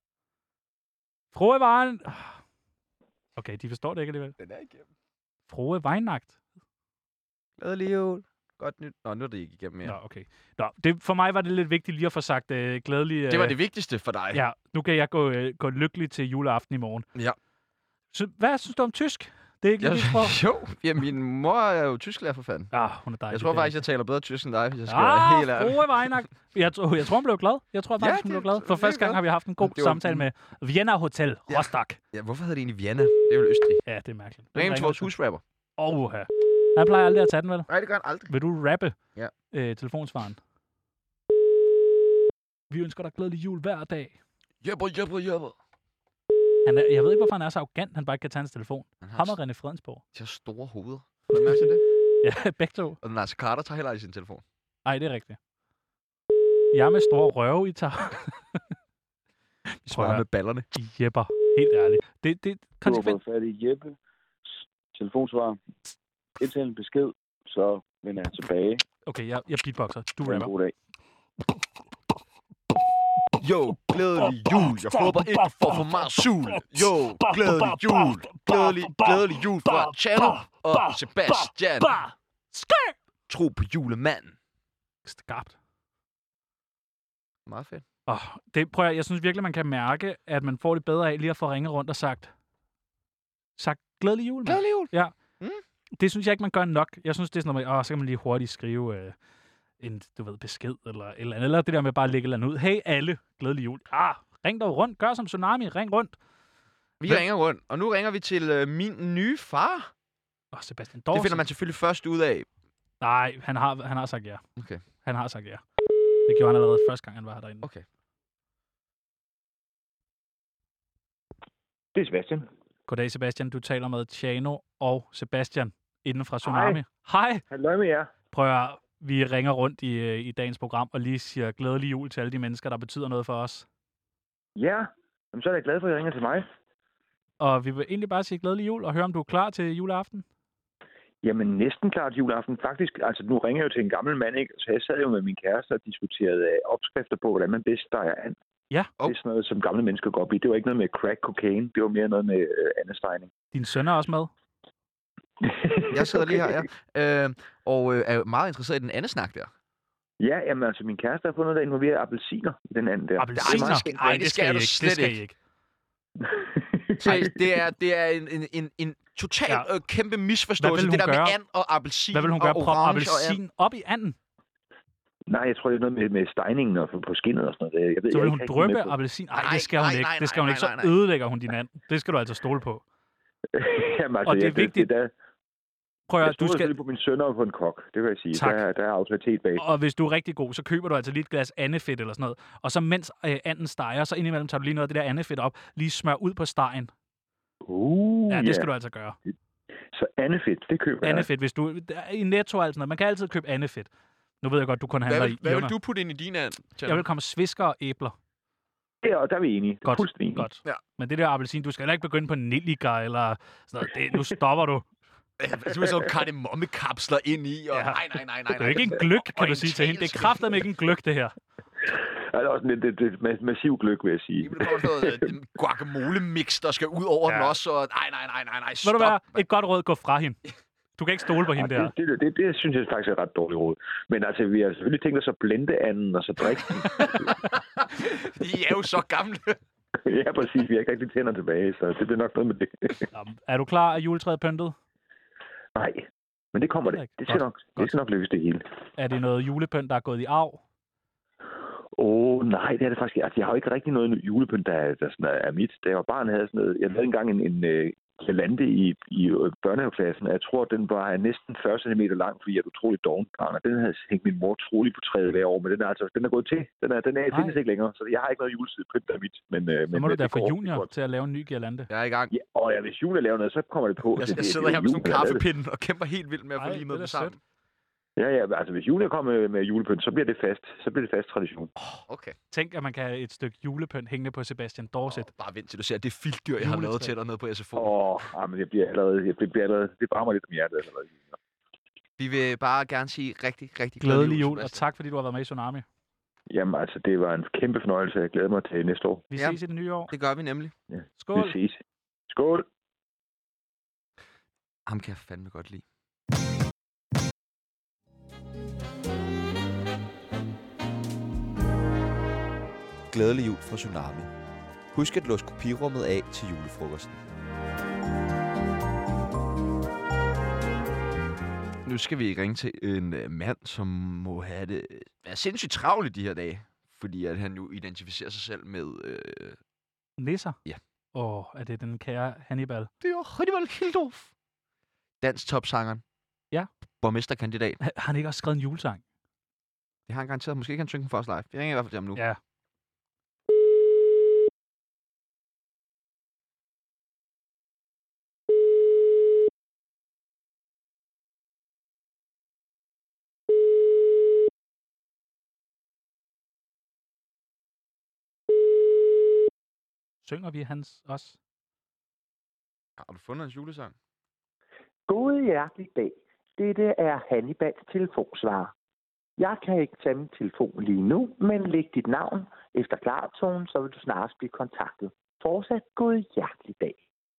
Speaker 2: Frohe Weihnacht. Okay, de forstår det ikke alligevel.
Speaker 3: Den er igennem.
Speaker 2: Frohe Weihnacht.
Speaker 3: Glædelig jul. Godt nyt. Nå, nu er det ikke igennem mere.
Speaker 2: Nå, okay. Nå, det, for mig var det lidt vigtigt lige at få sagt øh, glædelig... Øh,
Speaker 3: Det var det vigtigste for dig.
Speaker 2: Ja, nu kan jeg gå, øh, gå lykkelig til juleaften i morgen.
Speaker 3: Ja.
Speaker 2: Så, hvad synes du om tysk? Det er ikke
Speaker 3: Jeg,
Speaker 2: lige dit sprog.
Speaker 3: jo, ja, min mor er jo tysklærer for fanden.
Speaker 2: Ja, hun er dejlig.
Speaker 3: Jeg tror faktisk, jeg taler bedre tysk end dig, hvis jeg skal
Speaker 2: ah,
Speaker 3: være helt ærlig.
Speaker 2: frohe Weihnacht. Jeg, tror- jeg tror, hun blev glad. Jeg tror faktisk,
Speaker 3: Ja,
Speaker 2: hun
Speaker 3: det-
Speaker 2: blev glad. For
Speaker 3: det er
Speaker 2: første gang
Speaker 3: glad.
Speaker 2: har vi haft en god
Speaker 3: Det var-
Speaker 2: samtale med Vienna Hotel
Speaker 3: Ja.
Speaker 2: Rostock.
Speaker 3: Ja, hvorfor hedder det egentlig Vienna? Det er jo Østrig.
Speaker 2: Ja, det er mærkeligt.
Speaker 3: Ring til vores husrapper.
Speaker 2: Åh, ja. Han plejer aldrig at tage den, vel?
Speaker 3: Nej, det gør han aldrig.
Speaker 2: Vil du rappe
Speaker 3: Ja.
Speaker 2: øh, telefonsvaren? Vi ønsker dig glædelig jul hver dag.
Speaker 3: Jepper, jepper, jepper.
Speaker 2: Han er, jeg ved ikke, hvorfor han er så arrogant, han bare ikke kan tage hans telefon.
Speaker 3: Han har
Speaker 2: Ham og René Fredensborg.
Speaker 3: De har store hoveder. Har du mærket det?
Speaker 2: Ja, begge to.
Speaker 3: Og Naser Carter tager heller i sin telefon.
Speaker 2: Ej, det er rigtigt. Jeg med store røve, I tager. Vi
Speaker 3: Tror jeg med ballerne.
Speaker 2: Jepper, helt ærligt. Det, det er konsekvent.
Speaker 9: Du har fået fat i Jeppe. Telefonsvar. Indtil en besked, så vender jeg tilbage.
Speaker 2: Okay, jeg, jeg beatboxer. Du
Speaker 9: Ha' en
Speaker 2: rapper.
Speaker 9: god dag.
Speaker 3: Jo, glædelig jul. Jeg håber ikke, du får for meget sul. Jo, glædelig jul. Glædelig, glædelig jul fra Chano og Sebastian.
Speaker 2: Skør!
Speaker 3: Tro på julemanden.
Speaker 2: Skarpt.
Speaker 3: Meget fedt.
Speaker 2: Oh, det, prøv at, jeg synes virkelig, man kan mærke, at man får det bedre af lige at få ringet rundt og sagt, sagt glædelig jul.
Speaker 3: Glædelig jul.
Speaker 2: Ja.
Speaker 3: Mm.
Speaker 2: Det synes jeg ikke, man gør nok. Jeg synes, det er sådan noget med, åh, så kan man lige hurtigt skrive øh, en, du ved, besked eller et eller andet. Eller det der med bare at lægge et eller andet ud. Hey alle, glædelig jul. Ah, ring dog rundt. Gør som Tsunami. Ring rundt.
Speaker 3: Vi
Speaker 2: Hvem?
Speaker 3: ringer rundt, og nu ringer vi til øh, min nye far.
Speaker 2: Åh, oh, Sebastian
Speaker 3: Det
Speaker 2: Dorsen.
Speaker 3: finder man selvfølgelig først ud af.
Speaker 2: Nej, han har, han har sagt ja.
Speaker 3: Okay.
Speaker 2: Han har sagt ja. Det gjorde han allerede første gang, han var her derinde.
Speaker 3: Okay.
Speaker 9: Det er Sebastian.
Speaker 2: Goddag, Sebastian. Du taler med Chano og Sebastian inden fra Tsunami. Hej.
Speaker 9: Halløj med jer.
Speaker 2: Prøv at høre, vi ringer rundt i, øh, i dagens program og lige siger glædelig jul til alle de mennesker, der betyder noget for os.
Speaker 9: Ja, jamen, så er jeg glad for, at I ringer til mig.
Speaker 2: Og vi vil egentlig bare sige glædelig jul og høre, om du er klar til juleaften.
Speaker 9: Jamen, næsten klar til juleaften. Faktisk, altså nu ringer jeg jo til en gammel mand, ikke? Så jeg sad jo med min kæreste og diskuterede øh, opskrifter på, hvordan man bedst steger and.
Speaker 2: Ja.
Speaker 9: Det er sådan noget, som gamle mennesker går op i. Det var ikke noget med crack cocaine. Det var mere noget med øh, andestegning.
Speaker 2: Din søn er også med.
Speaker 3: Jeg sidder lige her, ja. Øh, og øh, er meget interesseret i den anden snak der.
Speaker 9: Ja, jamen altså, min kæreste har fundet, der involverer appelsiner i den anden der.
Speaker 2: Appelsiner? Nej, det skal, det skal, det skal I ikke.
Speaker 3: Så det er, det er en, en, en, en total
Speaker 2: Ja.
Speaker 3: øh, kæmpe misforståelse, det der
Speaker 2: gøre?
Speaker 3: med and og appelsin.
Speaker 2: Hvad vil hun
Speaker 3: og
Speaker 2: gøre? Proppe
Speaker 3: orange
Speaker 2: appelsin op i anden?
Speaker 9: Nej, jeg tror, det er noget med, med stegningen og på skinnet og sådan noget. Jeg ved,
Speaker 2: Så
Speaker 9: jeg
Speaker 2: vil
Speaker 9: er
Speaker 2: hun
Speaker 9: ikke rigtig
Speaker 2: dryppe
Speaker 9: med på.
Speaker 2: appelsin? Nej,
Speaker 3: Nej,
Speaker 2: det skal hun
Speaker 3: nej,
Speaker 2: ikke.
Speaker 3: nej,
Speaker 2: Det skal hun
Speaker 3: nej,
Speaker 2: ikke. Så
Speaker 3: nej, nej.
Speaker 2: ødelægger hun din and. Det skal du altså stole på.
Speaker 9: Jamen, altså,
Speaker 2: Og det er
Speaker 9: jeg,
Speaker 2: vigtigt.
Speaker 9: Det, det, der,
Speaker 2: Prøv
Speaker 9: jeg
Speaker 2: at, du
Speaker 9: stoler
Speaker 2: skal...
Speaker 9: selvfølgelig på min sønner og på en kok, det vil jeg sige.
Speaker 2: Tak.
Speaker 9: Der, der er autoritet bag.
Speaker 2: Og hvis du er rigtig god, så køber du altså lige et glas andefedt eller sådan noget. Og så mens øh, anden steger, så indimellem tager du lige noget af det der andefedt op, lige smør ud på stegen.
Speaker 9: Uh,
Speaker 2: Ja, det
Speaker 9: ja.
Speaker 2: skal du altså gøre.
Speaker 9: Så andefedt, det køber jeg.
Speaker 2: Andefedt, hvis du... I Netto og alt sådan noget. Man kan altid købe andefedt. Nu ved jeg godt, du kun handler
Speaker 3: Hvad,
Speaker 2: i
Speaker 3: vil, hvad vil
Speaker 2: Irma.
Speaker 3: du putte ind i din and?
Speaker 2: Jeg vil komme svisker og æbler.
Speaker 9: Ja, og der er vi enige.
Speaker 2: Godt,
Speaker 9: Fuldstændig enige.
Speaker 2: godt.
Speaker 3: Ja.
Speaker 2: Men det der appelsin, du skal heller ikke begynde på nelliker eller sådan noget. Det, nu stopper du.
Speaker 3: Du har sådan kardemommekapsler ind i, og
Speaker 2: Ja.
Speaker 3: nej, nej, nej, nej.
Speaker 2: Det er jo ikke en gløk, kan du sige til hende. Det er kraftedeme ikke en gløk, det her.
Speaker 9: Ja, det er også en, det, det, det massiv gløk, vil jeg sige.
Speaker 3: Det kommer noget øh, guacamole-mix, der skal ud over
Speaker 2: Ja.
Speaker 3: den også, og nej, nej, nej, nej, nej,
Speaker 2: Vil
Speaker 3: stop.
Speaker 2: du være et godt råd, gå fra hende. Du kan ikke stole på hende
Speaker 9: Ja,
Speaker 2: der.
Speaker 9: det, det, det, det synes jeg faktisk er et ret dårligt råd. Men altså, vi har selvfølgelig tænkt os at blende anden og så drikke den.
Speaker 3: De er jo så gamle.
Speaker 9: Ja, præcis. Vi har ikke rigtig tænder tilbage, så det bliver nok noget med det.
Speaker 2: Nå, er du klar? Er juletræet pyntet?
Speaker 9: Nej, men det kommer det. Det skal,
Speaker 2: Godt.
Speaker 9: nok, det skal nok lykkes det hele.
Speaker 2: Er det noget julepynt, der er gået i arv?
Speaker 9: Åh, oh, nej, det er det faktisk ikke. Altså, jeg har jo ikke rigtig noget julepynt, der, der sådan er, er mit. Da jeg var barn, havde jeg sådan noget. Jeg havde engang en, en uh, girlande i, i uh, børnehaveklassen, og jeg tror, den var næsten fyrre centimeter lang, fordi jeg er utroligt doven. Og den havde hængt min mor troligt på træet hver år, men den er altså den er gået til. Den er, den er, findes ikke længere, så jeg har ikke noget julepynt, der er mit. Men, uh,
Speaker 2: Så
Speaker 9: men,
Speaker 2: må du
Speaker 9: uh,
Speaker 2: da
Speaker 9: det
Speaker 2: få
Speaker 9: går-
Speaker 2: junior
Speaker 9: det går-
Speaker 2: til at lave en ny girlande.
Speaker 3: Jeg er i gang.
Speaker 9: Ja, og ja, hvis Julie laver noget, så kommer det på.
Speaker 3: Jeg,
Speaker 9: Så
Speaker 3: jeg
Speaker 9: det-
Speaker 3: sidder
Speaker 9: det er
Speaker 3: her med sådan
Speaker 9: Julie,
Speaker 3: nogle
Speaker 9: der har lavet det.
Speaker 3: kaffepinde og kæmper helt vildt med at få
Speaker 2: Ej,
Speaker 3: lige
Speaker 2: det er
Speaker 3: noget
Speaker 2: da
Speaker 3: sammen.
Speaker 9: Ja, ja, altså hvis Julie kommer med, med julepynt, så bliver det fast. Så bliver det fast tradition.
Speaker 3: Okay.
Speaker 2: Tænk, at man kan have et stykke julepynt hængende på Sebastian Dorset.
Speaker 3: Oh, bare vent til du ser det filtdyr, jeg har lavet
Speaker 2: Juletræ.
Speaker 3: til dig nede på S F O.
Speaker 9: Åh, oh, men jeg bliver allerede, jeg bliver allerede, det varmer lidt om hjertet allerede.
Speaker 3: Vi vil bare gerne sige rigtig, rigtig
Speaker 2: Glædelig jul, og
Speaker 3: Sebastian.
Speaker 2: tak fordi du har været med i Tsunami.
Speaker 9: Jamen altså, det var en kæmpe fornøjelse. Jeg glæder mig til næste år.
Speaker 2: Vi
Speaker 3: Ja.
Speaker 2: ses i det nye år.
Speaker 3: Det gør vi nemlig.
Speaker 2: Skål.
Speaker 9: Vi ses. Skål.
Speaker 3: Ham kan jeg fandme godt lide.
Speaker 1: Glædelig jul fra Tsunami. Husk at låse kopirummet af til julefrokosten.
Speaker 3: Nu skal vi ringe til en uh, mand, som må have det være sindssygt travlt i de her dage. Fordi at han jo identificerer sig selv med... Øh,
Speaker 2: Nisser?
Speaker 3: Ja.
Speaker 2: Åh, er det den kære Hannibal?
Speaker 3: det er Hannibal Hildorf. Dansk topsangeren.
Speaker 2: Ja.
Speaker 3: Borgmesterkandidat.
Speaker 2: Har han ikke også skrevet en julesang?
Speaker 3: Det har han garanteret. Måske kan han synge den for os live. Vi ringer i hvert fald til ham nu.
Speaker 2: Ja. synger vi hans også.
Speaker 3: Har du fundet hans julesang?
Speaker 10: God hjertelig dag. Dette er Hannibals telefonsvarer. Jeg kan ikke tage min telefon lige nu, men læg dit navn efter klartonen, så vil du snart blive kontaktet. Fortsat god hjertelig dag.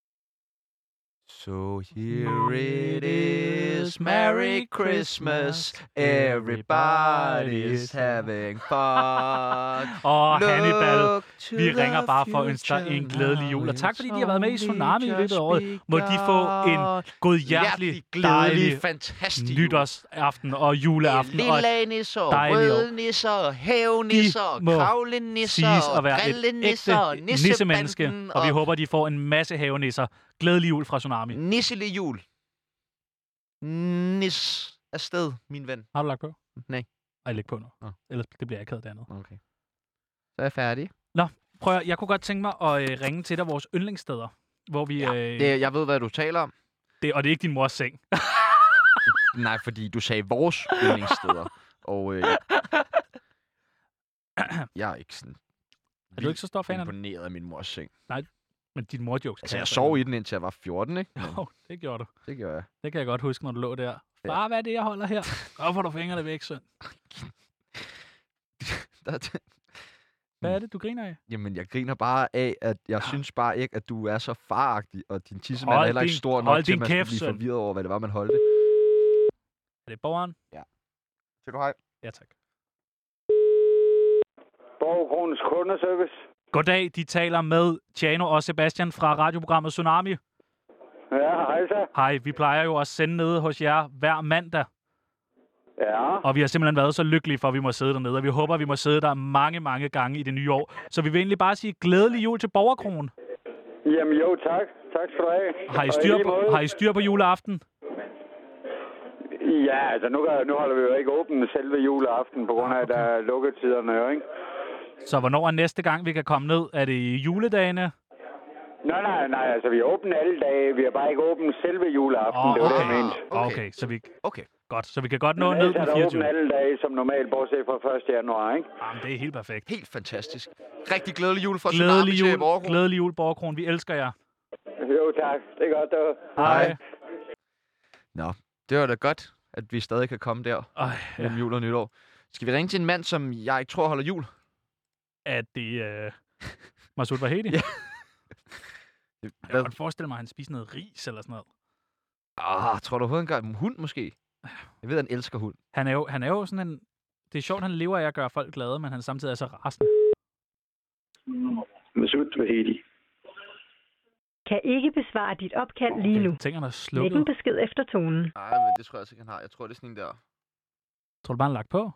Speaker 3: So here it is, Merry Christmas, everybody's having fun.
Speaker 2: Åh, oh, Hannibal, vi ringer bare for at ønske dig en glædelig jul. Og tak fordi de har været med i Tsunami i løbet af året. Må de få en godhjertelig, dejlig,
Speaker 3: fantastisk
Speaker 2: nytårsaften og juleaften.
Speaker 3: Lille nisser, røde nisser, hævnisser, kravlenisser,
Speaker 2: og være
Speaker 3: grillenisser,
Speaker 2: et ægte nissemenneske. Og vi håber, de får en masse havenisser. Glædelig jul fra Tsunami.
Speaker 3: Nisselig jul. Nis afsted, min ven.
Speaker 2: Har du lagt på?
Speaker 3: Nej.
Speaker 2: Ej, læg på nu.
Speaker 3: Oh.
Speaker 2: Ellers det bliver akavet det andet.
Speaker 3: Okay. Så er jeg færdig.
Speaker 2: Nå, prøv at, jeg kunne godt tænke mig at øh, ringe til dig vores yndlingssteder. Hvor vi...
Speaker 3: Ja,
Speaker 2: øh,
Speaker 3: det, jeg ved, hvad du taler om.
Speaker 2: Det, og det er ikke din mors seng.
Speaker 3: Nej, fordi du sagde vores yndlingssteder. Og øh, jeg er ikke sådan...
Speaker 2: Er du ikke så stor fan af den?
Speaker 3: Imponeret af min mors seng.
Speaker 2: Nej, men din mor-jokes...
Speaker 3: Altså, jeg sov i den, indtil jeg var fjorten, ikke? Men...
Speaker 2: Jo, det gjorde du.
Speaker 3: Det gjorde jeg.
Speaker 2: Det kan jeg godt huske, når du lå der. Far, hvad er det, jeg holder her? Godt får du fingrene væk, søn. Hvad er det, du griner af?
Speaker 3: Jamen, jeg griner bare af, at jeg ja. synes bare ikke, at du er så faragtig, og din tissemand er heller ikke stor nok til, at man skal blive
Speaker 2: søn.
Speaker 3: forvirret over, hvad det var, man holdte.
Speaker 2: Er det borgeren?
Speaker 3: Ja. Siger du hej?
Speaker 2: Ja, tak.
Speaker 11: Borgerkronens kundeservice.
Speaker 2: Goddag, de taler med Tjano og Sebastian fra radioprogrammet Tsunami.
Speaker 11: Ja, hej så.
Speaker 2: Hej, vi plejer jo at sende nede hos jer hver mandag.
Speaker 11: Ja.
Speaker 2: Og vi har simpelthen været så lykkelige for, at vi må sidde dernede, og vi håber, at vi må sidde der mange, mange gange i det nye år. Så vi vil egentlig bare sige glædelig jul til Borgerkronen.
Speaker 11: Jamen jo, tak. Tak skal du have.
Speaker 2: Har I styr på, har I styr på juleaften?
Speaker 11: Ja, altså nu, nu holder vi jo ikke åben selve juleaften, på grund af, okay. at der er lukketiderne jo, ikke?
Speaker 2: Så hvornår er næste gang, vi kan komme ned? Er det i juledagene?
Speaker 11: Nej, nej, nej. Altså, vi er åbne alle dage. Vi er bare ikke åbne selve juleaften.
Speaker 2: Oh,
Speaker 11: det var
Speaker 2: okay.
Speaker 11: det, jeg mente.
Speaker 2: Okay. okay, så vi...
Speaker 3: Okay.
Speaker 2: Godt, så vi kan godt nå ned den fireogtyvende.
Speaker 11: Men ellers er der åbne alle dage, som normalt, bortset fra første januar, ikke?
Speaker 2: Jamen, det er helt perfekt.
Speaker 3: Helt fantastisk. Rigtig glædelig jul fra
Speaker 2: glædelig
Speaker 3: Tsunami
Speaker 2: jul,
Speaker 3: til Borgerkronen.
Speaker 2: Glædelig jul, Borgerkronen. Vi elsker jer.
Speaker 11: Jo, tak. Det er godt, du.
Speaker 2: Hej.
Speaker 3: Nå, det var da godt, at vi stadig kan komme der
Speaker 2: Ej, ja.
Speaker 3: mellem jul og nytår. Skal vi ringe til en mand, som jeg ikke tror holder jul?
Speaker 2: Er det uh, Masoud Vahedi? Ja. Jeg kan godt forestille mig, at han spiser noget ris eller sådan noget.
Speaker 3: Ah, tror du overhovedet, han gør en hund måske? Jeg ved, at han elsker hund.
Speaker 2: Han er jo, han er jo sådan en... Det er sjovt, han lever af at gøre folk glade, men han samtidig er så rasende.
Speaker 7: Masoud Vahedi.
Speaker 12: Kan ikke besvare dit opkald lige nu.
Speaker 2: Tænkerne er slukket.
Speaker 12: Læg en besked efter tonen.
Speaker 3: Nej, men det tror jeg altså ikke, han har. Jeg tror, det er sådan en der.
Speaker 2: Tror du bare, han er lagt på?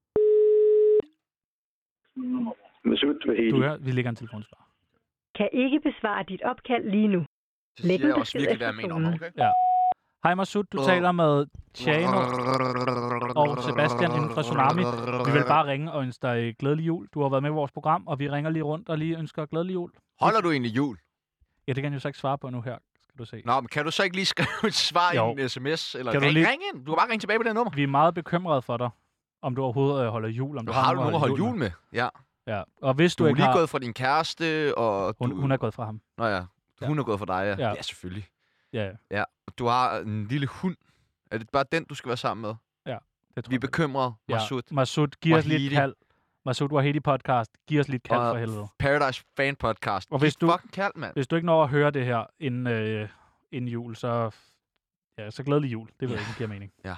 Speaker 7: Masoud Vahedi.
Speaker 2: Du hører, vi lægger en telefonsvar.
Speaker 12: Kan ikke besvare dit opkald lige nu.
Speaker 3: Det siger jeg også virkelig, hvad jeg mener om, okay?
Speaker 2: Ja. Hej Masoud, du uh. taler med Tjano og Sebastian inden fra Tsunami. Vi vil bare ringe og ønske dig glædelig jul. Du har været med i vores program, og vi ringer lige rundt og lige ønsker glædelig jul.
Speaker 3: Holder du egentlig jul?
Speaker 2: Ja, det kan jeg jo så ikke svare på nu her, skal du se.
Speaker 3: Nå, men kan du så ikke lige skrive et svar jo. i en sms? Eller
Speaker 2: kan
Speaker 3: ring,
Speaker 2: du lige...
Speaker 3: ring ind. Du kan bare ringe tilbage på det nummer.
Speaker 2: Vi er meget bekymrede for dig, om du overhovedet holder jul. Om
Speaker 3: du
Speaker 2: du
Speaker 3: har,
Speaker 2: har
Speaker 3: du nogen at holde jul med? med? Ja.
Speaker 2: Ja, og hvis du,
Speaker 3: du er
Speaker 2: ikke
Speaker 3: lige
Speaker 2: har...
Speaker 3: gået fra din kæreste, og...
Speaker 2: Hun,
Speaker 3: du...
Speaker 2: hun er gået fra ham.
Speaker 3: Nå ja, hun
Speaker 2: ja.
Speaker 3: er gået fra dig, ja.
Speaker 2: Ja,
Speaker 3: ja selvfølgelig.
Speaker 2: Ja, ja.
Speaker 3: Ja, du har en lille hund. Er det bare den, du skal være sammen med?
Speaker 2: Ja, det tror
Speaker 3: Vi er bekymrede, Masoud.
Speaker 2: Ja. Masoud, giv os lidt kald. Masoud Vahedi podcast. Giv os lidt kald for helvede.
Speaker 3: Paradise Fan podcast.
Speaker 2: Og hvis du,
Speaker 3: fucking kald, mand.
Speaker 2: Hvis du ikke når at høre det her inden, øh, inden jul, så... Ja, så glædelig jul. Det ved jeg ikke, giver mening.
Speaker 3: Ja.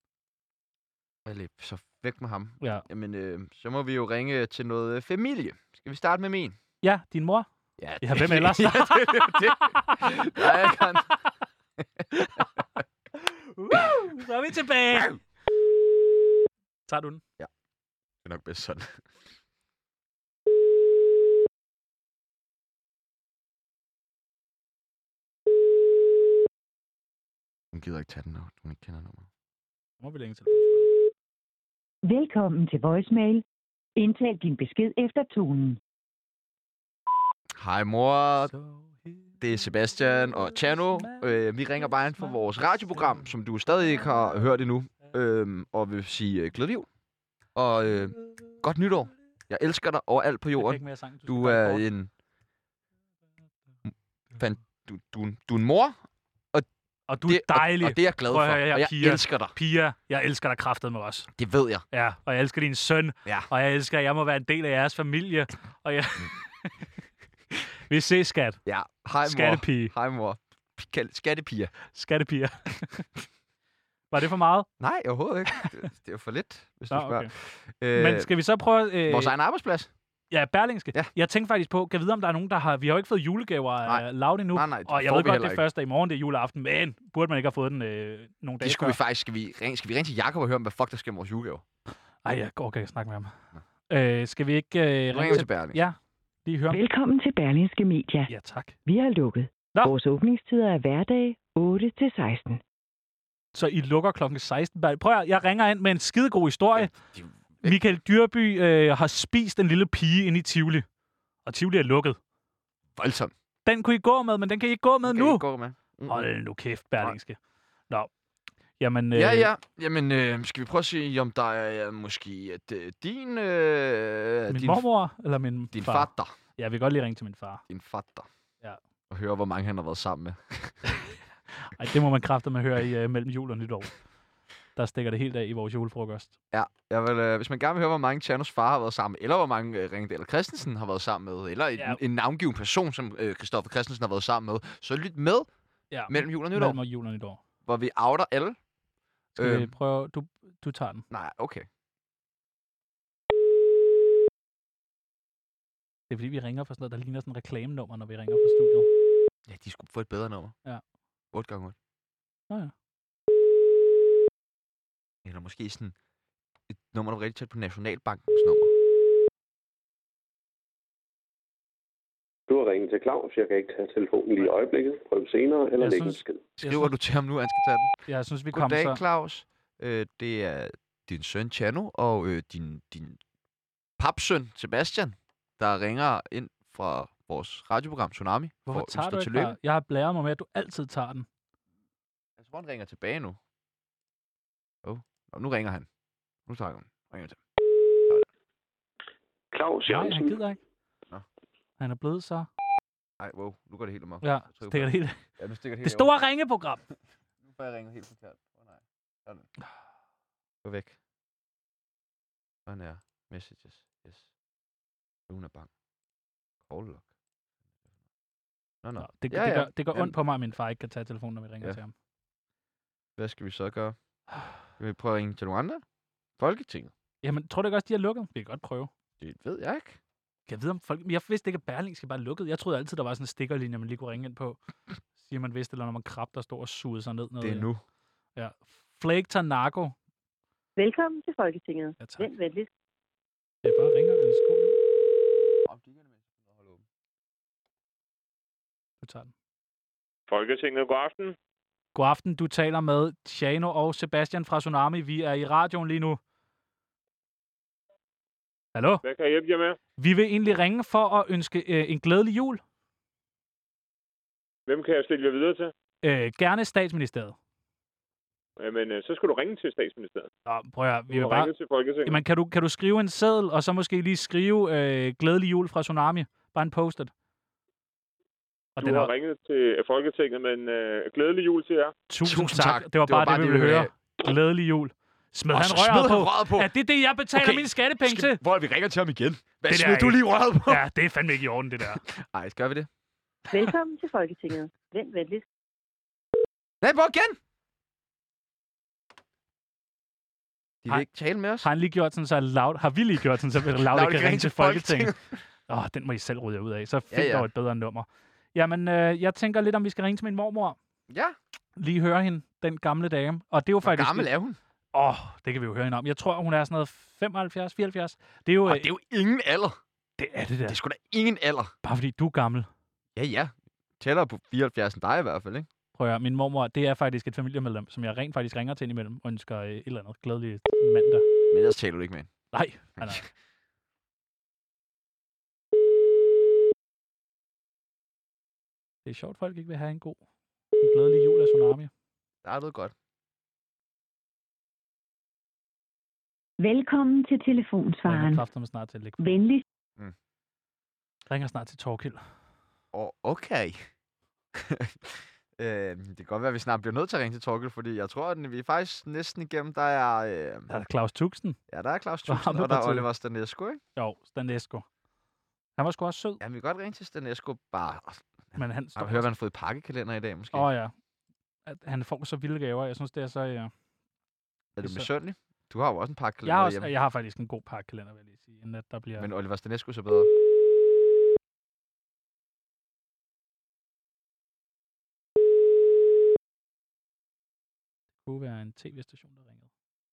Speaker 3: Så væk med ham.
Speaker 2: Ja.
Speaker 3: Jamen, øh, så må vi jo ringe til noget øh, familie. Skal vi starte med min?
Speaker 2: Ja, din mor?
Speaker 3: Ja,
Speaker 2: ja hvem ellers?
Speaker 3: ja, det er det. Nej, jeg kan.
Speaker 2: uh, så er vi tilbage. Tager du den?
Speaker 3: Ja. Det er nok bedst sådan. Hun gider ikke tage den, når hun ikke kender nummeret.
Speaker 2: Så må vi længe til.
Speaker 13: Velkommen til voicemail. Indtal din besked efter tonen.
Speaker 3: Hej mor, det er Sebastian og Tjano. Øh, vi ringer bare ind for vores radioprogram, som du stadig ikke har hørt endnu. Øh, og vil sige øh, glædelig jul. Og øh, godt nytår. Jeg elsker dig overalt på jorden. Du er en fan, du, du, du er en mor, og,
Speaker 2: og du er dejlig.
Speaker 3: Og, og det er jeg glad for,
Speaker 2: Prøv, jeg, jeg,
Speaker 3: og jeg
Speaker 2: Pia,
Speaker 3: elsker dig.
Speaker 2: Pia, jeg elsker dig kraftet med os.
Speaker 3: Det ved jeg.
Speaker 2: Ja, og jeg elsker din søn,
Speaker 3: ja.
Speaker 2: og jeg elsker, at jeg må være en del af jeres familie. Og jeg... Vi ses, skat.
Speaker 3: Ja, hej mor.
Speaker 2: Skattepige.
Speaker 3: Hej mor. Skattepiger.
Speaker 2: Skattepiger. Var det for meget?
Speaker 3: Nej, overhovedet ikke. Det, det er for lidt, hvis
Speaker 2: Nå,
Speaker 3: du spørger.
Speaker 2: Okay. Men skal vi så prøve... Øh...
Speaker 3: Vores egen arbejdsplads?
Speaker 2: Ja, Berlingske.
Speaker 3: Ja.
Speaker 2: Jeg tænkte faktisk på, kan vide, om der er nogen, der har... Vi har jo ikke fået julegaver af Loud endnu.
Speaker 3: Nej, nej,
Speaker 2: og jeg ved godt, det er første i morgen, det er juleaften, men burde man ikke have fået den øh, nogle dage
Speaker 3: Det skulle før? vi faktisk... Skal vi, ringe, skal vi ringe til Jakob og høre om, hvad fuck der sker med vores julegave?
Speaker 2: Ej, jeg går okay, snakke med ham. Øh, skal vi ikke... Øh,
Speaker 3: ringe til Berlingske.
Speaker 2: Ja, lige høre.
Speaker 13: Velkommen til Berlingske Media.
Speaker 2: Ja, tak.
Speaker 13: Vi har lukket. Nå. Vores åbningstider er hverdag otte til seksten.
Speaker 2: Så I lukker klokken seksten. Prøv at, jeg ringer ind med en skidegod historie. Ja, de... Michael Dyrby øh, har spist en lille pige inde i Tivoli. Og Tivoli er lukket.
Speaker 3: Voldsomt.
Speaker 2: Den kunne I gå med, men den kan I ikke gå med
Speaker 3: den
Speaker 2: nu.
Speaker 3: Kan I gå med. Mm-hmm.
Speaker 2: Hold nu kæft, Berlingske. Nå. Jamen,
Speaker 3: øh... Ja, ja. Jamen, øh, skal vi prøve at se, om der er måske at, øh, din... Øh,
Speaker 2: min
Speaker 3: din
Speaker 2: mormor, eller min
Speaker 3: din
Speaker 2: far?
Speaker 3: fatter.
Speaker 2: Ja, vi kan godt lige ringe til min far.
Speaker 3: Din fatter.
Speaker 2: Ja.
Speaker 3: Og høre, hvor mange han har været sammen med.
Speaker 2: Ej, det må man kraftedeme høre i uh, mellem jul og nytår. Der stikker det helt af i vores julefrokost.
Speaker 3: Ja, jeg vil, øh, hvis man gerne vil høre, hvor mange Chanos far har været sammen med, eller hvor mange øh, Ringdal Christensen har været sammen med, eller ja. en, en navngiven person, som øh, Christoffer Christensen har været sammen med, så lyt med
Speaker 2: ja.
Speaker 3: mellem jul og nytår.
Speaker 2: Mellem jul og nytår.
Speaker 3: Hvor vi outer alle.
Speaker 2: Skal øh, vi prøve? Du, du tager den.
Speaker 3: Nej, okay.
Speaker 2: Det er fordi, vi ringer for sådan noget, der ligner sådan en reklamenummer, når vi ringer fra studiet.
Speaker 3: Ja, de skulle få et bedre nummer.
Speaker 2: Ja.
Speaker 3: otte gange otte.
Speaker 2: Nå ja.
Speaker 3: Eller måske sådan et nummer, der var rigtig tæt på Nationalbankens nummer.
Speaker 14: Du har ringet til Claus. Jeg kan ikke tage telefonen lige i øjeblikket. Prøv senere, eller læg en besked.
Speaker 3: Skriver synes... du til ham nu, at han skal tage den?
Speaker 2: Jeg synes, vi
Speaker 3: kommer så.
Speaker 2: Goddag,
Speaker 3: Claus. Øh, det er din søn Chano og øh, din, din papsøn Sebastian, der ringer ind fra vores radioprogram Tsunami.
Speaker 2: Hvorfor tager du ikke bare? Jeg har blæret mig med, at du altid tager den.
Speaker 3: Altså, hvor han ringer tilbage nu? Åh, oh. Nu ringer han. Nu tager han. Ringer til ham.
Speaker 14: Claus
Speaker 2: Jørgensen. Nej, han gider ikke. Nå. Han er blevet så...
Speaker 3: Ej, wow. Nu går det helt amok.
Speaker 2: Ja, stikker det helt...
Speaker 3: Ja, nu stikker det helt
Speaker 2: det store ringeprogram.
Speaker 3: Nu får jeg ringet helt forkert. Åh oh, nej. Sådan. Gå væk. Sådan er messages. Yes. Hun er bang. Call log. Nå, nå.
Speaker 2: Det, ja, det, gør, det gør ondt på mig, at min far ikke kan tage telefonen, når vi ringer ja. til ham.
Speaker 3: Hvad skal vi så gøre? Skal vi prøve at ringe til nogle andre? Folketinget?
Speaker 2: Jamen, tror du ikke også, de har lukket? Vi kan godt prøve.
Speaker 3: Det ved jeg ikke.
Speaker 2: Kan jeg vide om folk... Jeg vidste ikke, at Berlingske bare lukket. Jeg troede altid, der var sådan en stikkerlinje, man lige kunne ringe ind på. Siger man vidste, eller når man krab, der står og suger sig ned. ned
Speaker 3: det er nu.
Speaker 2: Ja. Flake Tarnago.
Speaker 15: Velkommen til Folketinget.
Speaker 2: Ja, tak.
Speaker 15: Vent venligst.
Speaker 2: Jeg bare ringer en skole. Du tager den.
Speaker 16: Folketinget, god aften.
Speaker 2: God aften, du taler med Chano og Sebastian fra Tsunami. Vi er i radioen lige nu. Hallo?
Speaker 16: Hvad kan jeg hjælpe jer med?
Speaker 2: Vi vil egentlig ringe for at ønske øh, en glædelig jul.
Speaker 16: Hvem kan jeg stille jer videre til?
Speaker 2: Øh, gerne statsministeriet.
Speaker 16: Jamen, øh, så skal du ringe til statsministeriet.
Speaker 2: Nå, prøv at, vi
Speaker 16: du
Speaker 2: vil bare...
Speaker 16: ringe til Folketinget.
Speaker 2: Jamen, kan du, kan du skrive en seddel, og så måske lige skrive øh, glædelig jul fra Tsunami? Bare en post-it.
Speaker 16: Og du har er... ringet til Folketinget, men øh, glædelig jul til jer.
Speaker 2: Tusind, Tusind tak. Det var bare det, var bare det vi ville høre. høre. Glædelig jul. Smed han røret på?
Speaker 3: på?
Speaker 2: Er det det, jeg betaler okay. mine skattepenge skal... til?
Speaker 3: Hvor er vi ringer til ham igen? Hvad
Speaker 2: det
Speaker 3: smed du lige røret på?
Speaker 2: Ja, det er fandme ikke i orden, det der.
Speaker 3: Ej, skal vi det?
Speaker 15: Velkommen til Folketinget. Vent venligst.
Speaker 3: Nej, hvor igen? De vil ikke tale med os.
Speaker 2: Har han lige gjort sådan, så loud? Har vi lige gjort sådan, så loud kan ringe til Folketinget? Åh, oh, den må I selv rydde ud af. Så find ja, ja. dog et bedre nummer. Jamen, øh, jeg tænker lidt, om vi skal ringe til min mormor.
Speaker 3: Ja.
Speaker 2: Lige høre hende, den gamle dame. Og det er jo
Speaker 3: Hvor
Speaker 2: faktisk...
Speaker 3: gammel er hun?
Speaker 2: Åh, oh, det kan vi jo høre hende om. Jeg tror, hun er sådan noget femoghalvfjerds, fireoghalvfjerds. Det er jo...
Speaker 3: Og det er jo ingen alder.
Speaker 2: Det er det der.
Speaker 3: Det er sgu da ingen alder.
Speaker 2: Bare fordi du er gammel.
Speaker 3: Ja, ja. Tæller på fireoghalvfjerds end dig i hvert fald, ikke?
Speaker 2: Prøv at høre, min mormor, det er faktisk et familiemedlem, som jeg rent faktisk ringer til indimellem, og ønsker et eller andet glædeligt mandag.
Speaker 3: Men ellers taler du ikke med hende.
Speaker 2: Nej, nej, nej. Det er sjovt, folk ikke vil have en god, en glædelig jul af Tsunami.
Speaker 3: Det er noget godt.
Speaker 13: Velkommen til telefonsvaren.
Speaker 2: Jeg ringer snart til at lægge.
Speaker 13: Venlig.
Speaker 2: Mm. Ringer snart til Torkild.
Speaker 3: Oh, okay. øh, det kan godt være, at vi snart bliver nødt til at ringe til Torkel, fordi jeg tror, at vi er faktisk næsten igennem. Der er... Øh...
Speaker 2: Der er Claus Tuxen.
Speaker 3: Ja, der er Claus Tuxen, og der er Oliver Stanesco, ikke?
Speaker 2: Jo, Stanesco. Han var sgu også sød.
Speaker 3: Ja, vi kan godt ringe til Stanesco, bare...
Speaker 2: Men han står...
Speaker 3: Jeg hører, at han har fået pakkekalender i dag, måske.
Speaker 2: Åh oh, ja. At han får så vilde gaver. Jeg synes, det er så... Ja.
Speaker 3: Er du misundelig? Du har jo også en pakkekalender
Speaker 2: jeg har, også,
Speaker 3: hjemme.
Speaker 2: jeg har faktisk en god pakkekalender, vil jeg lige sige, inden at der bliver...
Speaker 3: Men Oliver Stanesco så bedre.
Speaker 2: Det kunne være en tv-station, der ringede.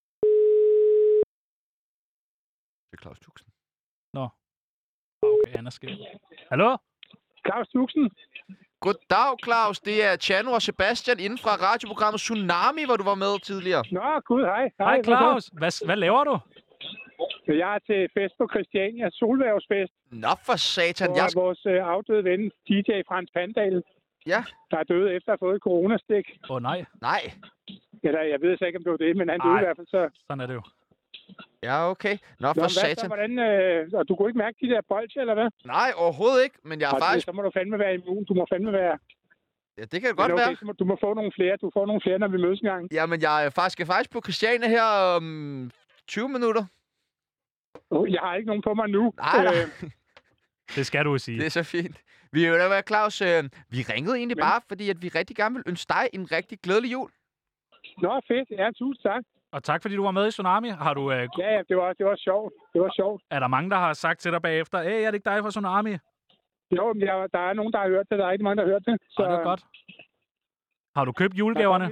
Speaker 3: Det er Claus Tuxen.
Speaker 2: Nå. Okay, han er skæv. Hallo?
Speaker 17: Claus Tuxen.
Speaker 3: Goddag, Claus. Det er Tjano og Sebastian inden fra radioprogrammet Tsunami, hvor du var med tidligere.
Speaker 17: Nå, gud, hej.
Speaker 2: Hej, Claus. Hvad, hvad laver du?
Speaker 17: Jeg er til fest på Christiania, Solværvsfest.
Speaker 3: Nå, for satan.
Speaker 17: Hvor jeg... vores øh, afdøde ven, D J Frans Pandal,
Speaker 3: ja.
Speaker 17: der er død efter at have fået et coronastik.
Speaker 2: Åh, oh, nej.
Speaker 3: Nej.
Speaker 17: Eller, jeg ved så ikke, om det var det, men han døde i hvert fald, så...
Speaker 2: Sådan er det jo.
Speaker 3: Ja, okay. Nå, for
Speaker 17: Nå,
Speaker 3: satan.
Speaker 17: Så, hvordan, øh, og du kunne ikke mærke de der bolcher, eller hvad?
Speaker 3: Nej, overhovedet ikke, men jeg er
Speaker 17: og
Speaker 3: faktisk...
Speaker 17: Det, så må du fandme være immun. Du må fandme være...
Speaker 3: Ja, det kan det godt
Speaker 17: okay,
Speaker 3: være.
Speaker 17: Så må, du må få nogle flere. Du får nogle flere, når vi mødes en gang.
Speaker 3: Jamen, jeg er faktisk, er faktisk på Christiania her om um, tyve minutter.
Speaker 17: Oh, jeg har ikke nogen på mig nu.
Speaker 3: Nej, nej.
Speaker 17: Øh,
Speaker 2: det skal du sige.
Speaker 3: Det er så fint. Vi er jo da være, Claus. Øh, vi ringede egentlig men... bare, fordi at vi rigtig gerne vil ønske dig en rigtig glædelig jul.
Speaker 17: Nå, fedt. Ja, tusind tak.
Speaker 2: Og tak, fordi du var med i Tsunami. Har du... Øh...
Speaker 17: Ja, ja, det var, det var sjovt. Det var sjovt.
Speaker 2: Er der mange, der har sagt til dig bagefter, hey, er det ikke dig fra Tsunami?
Speaker 17: Jo, men der, der er nogen, der har hørt det. Der er ikke mange, der har hørt det.
Speaker 2: Så... Og det er godt. Har du købt julegaverne?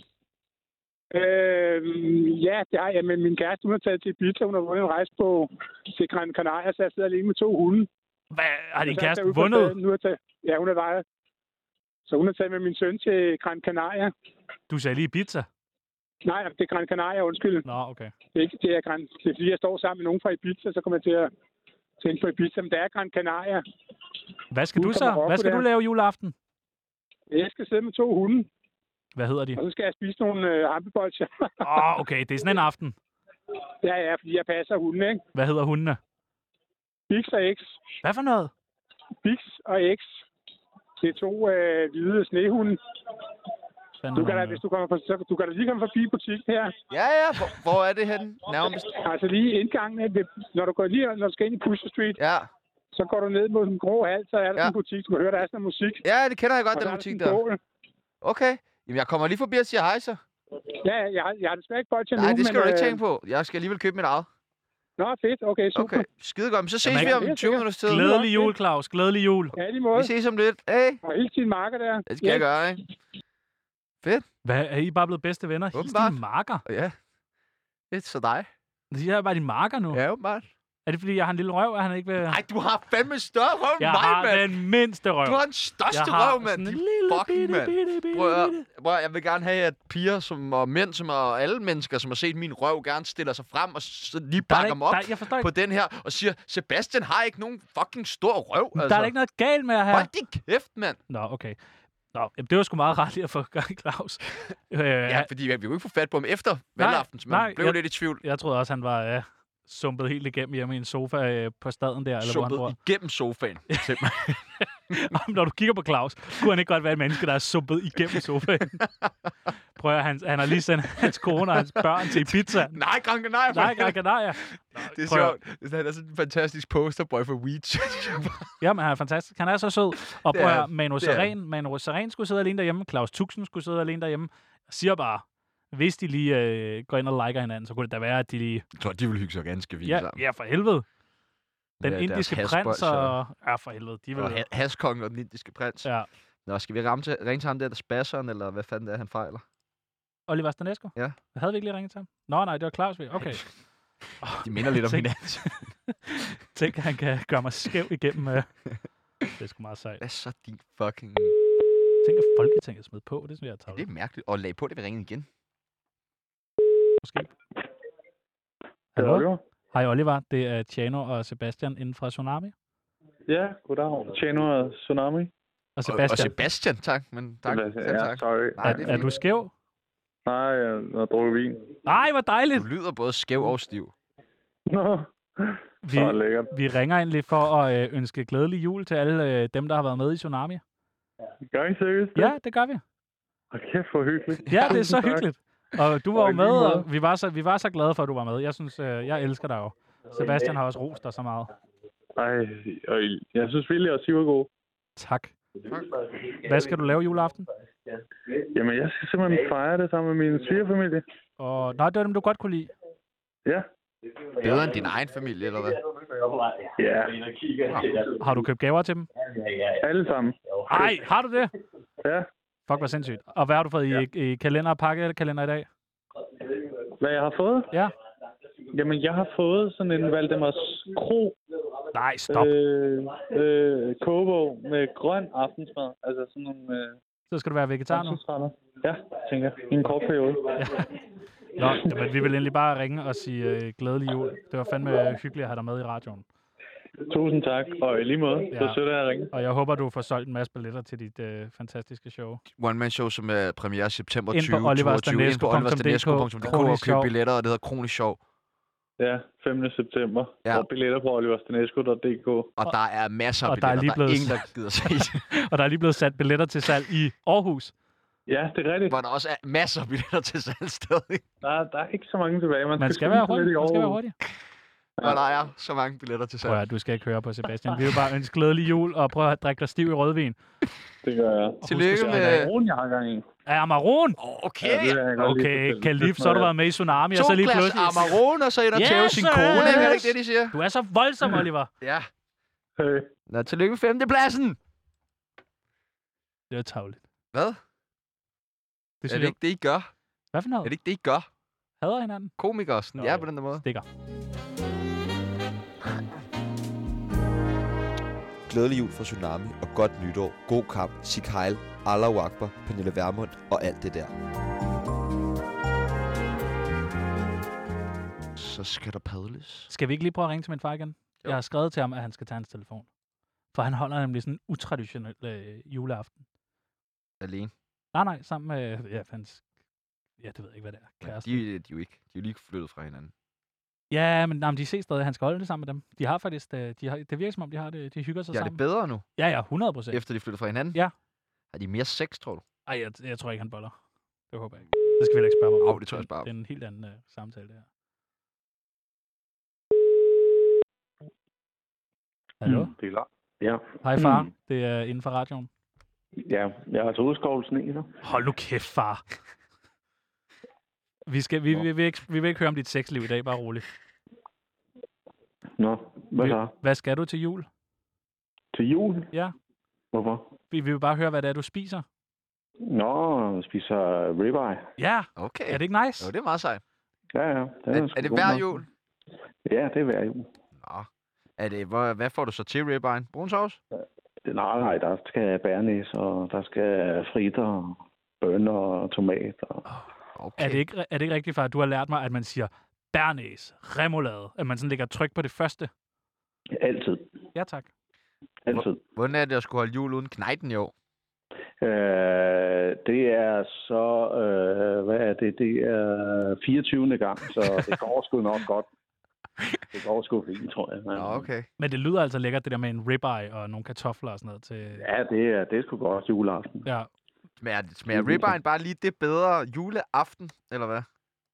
Speaker 17: Øh, ja, det har jeg. Men min kæreste, hun har taget til Ibiza. Hun har vundet en rejse på til Gran Canaria, så jeg sidder alene med to hunde.
Speaker 2: Hvad? Har din kæreste vundet?
Speaker 17: Nu har taget, ja, hun er vejet. Så hun har taget med min søn til Gran Canaria.
Speaker 2: Du sagde lige Ibiza?
Speaker 17: Nej, det er Gran Canaria, undskyld.
Speaker 2: Nå, okay.
Speaker 17: Det er, ikke, det er, Gran, det er fordi, jeg står sammen med nogen fra Ibiza, så kommer jeg til at tænke på Ibiza. Men det er Gran Canaria.
Speaker 2: Hvad skal du så? Hvad skal der. du lave juleaften?
Speaker 17: Jeg skal sidde med to hunde.
Speaker 2: Hvad hedder de?
Speaker 17: Og så skal jeg spise nogle øh, hampebolcher.
Speaker 2: Åh, oh, okay. Det er sådan en aften.
Speaker 17: Ja, ja, fordi jeg passer hundene, ikke?
Speaker 2: Hvad hedder hundene?
Speaker 17: Bix og X.
Speaker 2: Hvad for noget?
Speaker 17: Bix og X. Det er to øh, hvide snehunde. Du kan, da, hvis du, kommer for, så, du kan da lige komme forbi butikken her.
Speaker 3: Ja, ja. Hvor, hvor er det henne? Nærmest.
Speaker 17: Altså lige indgangen, ved, når du går lige når du skal ind i Pusher Street.
Speaker 3: Ja.
Speaker 17: Så går du ned mod den grå hal, så er der ja. sådan en butik, du kan høre, der er sådan en musik.
Speaker 3: Ja, det kender jeg godt,
Speaker 17: og
Speaker 3: den butik der. der. Okay. Jamen, jeg kommer lige forbi og siger hej så.
Speaker 17: Ja, jeg har, jeg har desværre ikke boldt til nu.
Speaker 3: Nej, det skal
Speaker 17: men,
Speaker 3: du ikke
Speaker 17: øh...
Speaker 3: tænke på. Jeg skal alligevel købe mit eget.
Speaker 17: Nå, fedt. Okay, super.
Speaker 3: Okay, skide godt. Men så ses
Speaker 2: Jamen,
Speaker 3: vi om tyve minutters tid.
Speaker 2: Glædelig jul, Claus. Glædelig jul.
Speaker 17: Ja, lige måde.
Speaker 3: Vi ses om lidt. Hey.
Speaker 17: Og hils dine marker der.
Speaker 3: Det skal ja. jeg gøre, ikke? Fedt.
Speaker 2: Hvad, er I bare blevet bedste venner? Hils dine marker?
Speaker 3: Ja. Det er så dig.
Speaker 2: De er bare dine marker nu.
Speaker 3: Ja, åbenbart.
Speaker 2: Er det, fordi jeg har en lille røv, at han ikke vil...
Speaker 3: Nej, du har fandme større røv end
Speaker 2: jeg
Speaker 3: mig, mand!
Speaker 2: Jeg har den mindste røv.
Speaker 3: Du har den største røv, mand! Din fucking mand! Prøv at, prøv at, jeg vil gerne have, at piger som, og mænd som, og alle mennesker, som har set min røv, gerne stiller sig frem og så lige bakker mig op
Speaker 2: der,
Speaker 3: på den her og siger, Sebastian har ikke nogen fucking stor røv, altså.
Speaker 2: Der er ikke noget galt med at have...
Speaker 3: Hold din kæft, mand!
Speaker 2: Nå, okay. Nå, det var sgu meget rart lige at få gang i Claus.
Speaker 3: Ja, fordi vi kunne ikke få fat på ham efter valgaften, så man nej, blev
Speaker 2: jeg,
Speaker 3: lidt i tvivl.
Speaker 2: Jeg troede også, han var ja, sumpet helt igennem hjemme i en sofa øh, på staden der. Eller
Speaker 3: sumpet
Speaker 2: hvor han
Speaker 3: igennem sofaen, simpelthen.
Speaker 2: Når du kigger på Claus, kunne han ikke godt være et menneske, der er sumpet igennem sofaen. Prøv at han, han har lige sendt hans kone og hans børn til Ibiza.
Speaker 3: Nej, Gran Canaria.
Speaker 2: Nej, Gran Canaria.
Speaker 3: Det er sjovt. Han er sådan en fantastisk posterboy for Weech.
Speaker 2: Jamen, han er fantastisk. Han er så sød. Og prøv at Manu Seren, Manu Seren skulle sidde alene derhjemme. Claus Tuxen skulle sidde alene derhjemme. Jeg siger bare, hvis de lige øh, går ind og liker hinanden, så kunne det da være, at de lige...
Speaker 3: Jeg tror, de vil hygge sig ganske vildt
Speaker 2: ja,
Speaker 3: sammen.
Speaker 2: Ja, for helvede. Den
Speaker 3: ja,
Speaker 2: indiske prins og... Ja, for helvede. De vil...
Speaker 3: Og ha- haskongen og den indiske prins.
Speaker 2: Ja.
Speaker 3: Nå, skal vi ramme til, ringe til ham der, der spasseren, eller hvad fanden det er, han fejler?
Speaker 2: Oliver Stanesco?
Speaker 3: Ja.
Speaker 2: Havde vi ikke lige ringet til ham? Nå, nej, det var Claus. Okay.
Speaker 3: De minder lidt om hinanden.
Speaker 2: Tænk, han kan gøre mig skæv igennem. Uh... Det er sgu meget sejt.
Speaker 3: Hvad så din fucking...
Speaker 2: Tænk, at Folketinget smed på. Det synes jeg er taget.
Speaker 3: Ja, det er mærkeligt. Og lag på, det vil ringe igen.
Speaker 2: Måske. Hallo? Hej Oliver, det er Tjano og Sebastian inden fra Tsunami.
Speaker 18: Ja, goddag. Tjano og Tsunami.
Speaker 2: Og Sebastian.
Speaker 3: Og Sebastian, tak. Men tak.
Speaker 18: Ja, tak. Sorry.
Speaker 2: Nej, er, er du skæv?
Speaker 18: Nej, jeg har drukket vin.
Speaker 2: Nej, hvor dejligt.
Speaker 3: Du lyder både skæv og stiv.
Speaker 18: Nå,
Speaker 2: vi, vi ringer egentlig for at øh, ønske glædelig jul til alle øh, dem, der har været med i Tsunami.
Speaker 18: Gør I seriøst?
Speaker 2: Ja, det gør vi.
Speaker 18: Okay, kæft, hvor hyggeligt.
Speaker 2: Ja, det er så
Speaker 18: Tak.
Speaker 2: hyggeligt. Og du var
Speaker 18: Og
Speaker 2: jo
Speaker 18: i
Speaker 2: med,
Speaker 18: lige måde.
Speaker 2: og vi var, så, vi var så glade for, at du var med. Jeg synes, øh, jeg elsker dig jo. Sebastian har også rost dig så meget.
Speaker 18: Ej, og I- jeg synes virkelig også, I var gode.
Speaker 2: Tak. Hvad skal du lave juleaften?
Speaker 18: Jamen, jeg skal simpelthen fejre det sammen med min svigerfamilie.
Speaker 2: Og, nej, det var dem, du godt kunne lide.
Speaker 18: Ja.
Speaker 3: Bedre end din egen familie, eller hvad?
Speaker 18: Ja.
Speaker 2: Har du købt gaver til dem?
Speaker 18: Alle sammen.
Speaker 2: Ej, har du det?
Speaker 18: Ja.
Speaker 2: Fuck, hvor sindssygt. Og hvad har du fået ja. i, i kalender, pakkekalender i dag?
Speaker 18: Hvad jeg har fået?
Speaker 2: Ja.
Speaker 18: Jamen, jeg har fået sådan en Valdemars Kro.
Speaker 2: Nej, stop.
Speaker 18: Øh, øh, kogebog med grøn aftensmad. Altså sådan nogle... Øh,
Speaker 2: Så skal du være vegetar nu?
Speaker 18: aftensretter. Ja, tænker jeg. I en kort periode.
Speaker 2: Ja. Nå, men vi vil egentlig bare ringe og sige øh, glædelig jul. Det var fandme hyggeligt at have dig med i radioen.
Speaker 18: Tusind tak, og i lige måde. Ja. Så sødt at ringe.
Speaker 2: Og jeg håber, du får solgt en masse billetter til dit øh, fantastiske show.
Speaker 3: One-man-show, som er premiere september
Speaker 2: Ind på
Speaker 3: tyve toogtyve. Ind på oliverstanesco punktum d k og køb billetter, og det hedder Kronisk Sjov.
Speaker 18: Ja, femte september.
Speaker 3: Ja.
Speaker 18: Og billetter på oliverstanesco punktum d k.
Speaker 3: Og der er masser af
Speaker 2: Og der er
Speaker 3: billetter. Der er,
Speaker 2: lige
Speaker 3: ingen,
Speaker 2: blevet-
Speaker 3: der gider se det.
Speaker 2: Og der er lige blevet sat billetter til salg i Aarhus.
Speaker 18: Ja, det er rigtigt.
Speaker 3: Hvor der også er masser af billetter til salg stadig.
Speaker 18: Der, der er ikke så mange tilbage. Man,
Speaker 2: Man skal være hurtig. Man skal være hurtig.
Speaker 3: Og der er så mange billetter til salg.
Speaker 2: Prøv at, du skal ikke høre på Sebastian. Vi vil bare ønske glædelig jul og prøve at drikke dig stiv i rødvin.
Speaker 18: Det gør jeg.
Speaker 3: Tillykke med...
Speaker 18: Amarone, jeg har gang i.
Speaker 2: Er Amarone?
Speaker 3: Okay.
Speaker 18: Ja, det vil jeg godt lige
Speaker 2: Okay,
Speaker 18: fortælle.
Speaker 2: Kalif, så har du været med i Tsunami, og så
Speaker 3: To
Speaker 2: lige
Speaker 3: glas
Speaker 2: pludselig...
Speaker 3: Amarone, og så ind og tæve sin
Speaker 2: Yes,
Speaker 3: kone, ikke? Er det
Speaker 2: yes.
Speaker 3: ikke det, de siger?
Speaker 2: Du er så voldsom, Oliver.
Speaker 3: Ja.
Speaker 18: Hey.
Speaker 3: Nå, tillykke med femtepladsen.
Speaker 2: Det er tavligt.
Speaker 3: Hvad?
Speaker 2: Det
Speaker 3: Er det ikke det, I gør?
Speaker 2: Hvad for noget?
Speaker 3: Er det ikke det, I gør?
Speaker 2: Hader hinanden?
Speaker 3: Komikere, sådan.
Speaker 2: Nå,
Speaker 3: Ja,
Speaker 2: ja.
Speaker 3: på den der måde.
Speaker 2: Stikker.
Speaker 1: Glædelig jul fra Tsunami og godt nytår. God kamp, Sig Heil, Allahu Akbar, Pernille Vermund og alt det der.
Speaker 3: Så skal der padles.
Speaker 2: Skal vi ikke lige prøve at ringe til min far igen? Jo. Jeg har skrevet til ham, at han skal tage hans telefon. For han holder nemlig sådan en utraditionel øh, juleaften.
Speaker 3: Alene.
Speaker 2: Nej, nej, sammen med... Ja, hans... Ja, det ved jeg ikke, hvad det er.
Speaker 3: Ja,
Speaker 2: Kæreste.
Speaker 3: de, de, er jo ikke. De er jo lige flyttet fra hinanden.
Speaker 2: Ja, men, nej, men de ses stadig. Han skal holde det sammen med dem. De har faktisk... øh, De har, det virker som om, de har det. De hygger sig
Speaker 3: Ja, er
Speaker 2: sammen.
Speaker 3: det bedre nu?
Speaker 2: Ja, ja, hundrede procent.
Speaker 3: Efter de flyttede fra hinanden?
Speaker 2: Ja.
Speaker 3: Har de mere sex, tror du?
Speaker 2: Ej, jeg, jeg tror ikke, han boller. Det håber jeg ikke. Det skal vi heller ikke spørge mig om.
Speaker 3: Åh, det tror jeg også bare.
Speaker 2: Det er en helt anden uh, samtale, det her. Hallo?
Speaker 18: Mm, det er klart. Ja.
Speaker 2: Hej, far.
Speaker 18: Mm.
Speaker 2: Det er inden for radioen.
Speaker 18: Ja, jeg har taget udskovlet sne nu.
Speaker 2: Hold nu kæft, far. Vi, skal, vi, vi, vi, vil ikke, vi vil ikke høre om dit sexliv i dag, bare roligt.
Speaker 18: Nå, hvad
Speaker 2: Vi-
Speaker 18: så?
Speaker 2: Hvad skal du til jul?
Speaker 18: Til jul?
Speaker 2: Ja.
Speaker 18: Hvorfor?
Speaker 2: Vi, vi vil bare høre, hvad det er, du spiser.
Speaker 18: Nå, jeg spiser ribeye.
Speaker 2: Ja.
Speaker 3: Okay.
Speaker 2: Er det ikke nice?
Speaker 3: Jo, det er meget sejt.
Speaker 18: Ja, ja. Det
Speaker 3: Er,
Speaker 18: sgu
Speaker 3: er det
Speaker 18: god
Speaker 3: hver
Speaker 18: nok.
Speaker 3: jul?
Speaker 18: Ja, det er hver jul.
Speaker 3: Nå. Er det, hvor, hvad får du så til ribbejen? Brun sovs?
Speaker 18: Nej, nej, der skal bærnæs, og der skal fritter, bønner og tomat. Og...
Speaker 3: Okay.
Speaker 2: Er det, ikke, er det ikke rigtigt, far, at du har lært mig, at man siger bernæs, remoulade, at man sådan lægger tryk på det første?
Speaker 18: Altid.
Speaker 2: Ja, tak.
Speaker 18: Altid.
Speaker 3: Hvordan er det at skulle holde jul uden knejten i år?
Speaker 18: Øh, det er så, øh, hvad er det? Det er fireogtyvende gang, så det går sgu nok godt. Det går sgu fint, tror jeg. Men,
Speaker 3: Nå, okay.
Speaker 2: Men det lyder altså lækkert, det der med en ribeye og nogle kartofler og sådan noget til...
Speaker 18: Ja, det er, det er sgu godt juleaften.
Speaker 2: Ja.
Speaker 3: Smager, smager ribbejen bare lige det bedre juleaften, eller hvad?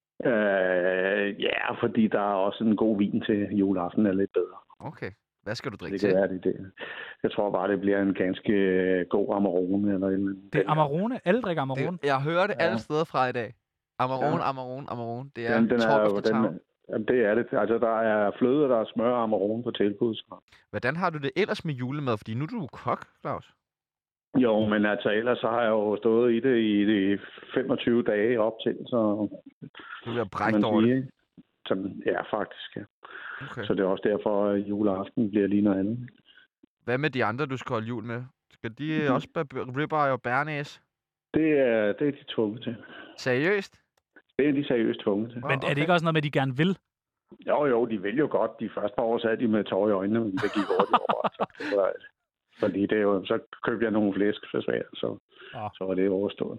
Speaker 18: Øh, ja, fordi der er også en god vin til juleaften, er lidt bedre.
Speaker 3: Okay. Hvad skal du drikke
Speaker 18: Det
Speaker 3: til?
Speaker 18: kan være det, det. Jeg tror bare, det bliver en ganske øh, god Amarone. Eller en,
Speaker 2: Det er Amarone. Alle drikker Amarone.
Speaker 3: Det, jeg hører det
Speaker 18: Ja.
Speaker 3: alle steder fra i dag. Amarone,
Speaker 18: Ja.
Speaker 3: Amarone, Amarone. Det er
Speaker 18: den, den
Speaker 3: top
Speaker 18: er,
Speaker 3: of
Speaker 18: jo-
Speaker 3: the town.
Speaker 18: den, jamen, det er det. Altså, der er fløde, der er smør og Amarone på tilbud. Så.
Speaker 3: Hvordan har du det ellers med julemad? Fordi nu er du kok, Claus.
Speaker 18: Jo, men altså ellers så har jeg jo stået i det i de femogtyve dage op til, så...
Speaker 3: Du er ved at
Speaker 18: kan
Speaker 3: brække
Speaker 18: man
Speaker 3: over
Speaker 18: sige,
Speaker 3: det.
Speaker 18: ikke? Sådan, ja, faktisk, ja.
Speaker 3: Okay.
Speaker 18: Så det er også derfor, at juleaften bliver lige noget andet.
Speaker 3: Hvad med de andre, du skal holde jul med? Skal de
Speaker 18: Mhm.
Speaker 3: også være ribeye og bernæs?
Speaker 18: Det er, det er de tvunget til.
Speaker 3: Seriøst?
Speaker 18: Det er de seriøst tvunget til.
Speaker 2: Men er det ikke også noget med, at de gerne vil?
Speaker 18: Jo, jo, de vil jo godt. De første par år sad de med tårer i øjnene, men det gik hurtigt over. Så, så, fordi det er jo, så købte jeg nogle flæsk for svært, så,
Speaker 2: Ja.
Speaker 18: så var det overstået.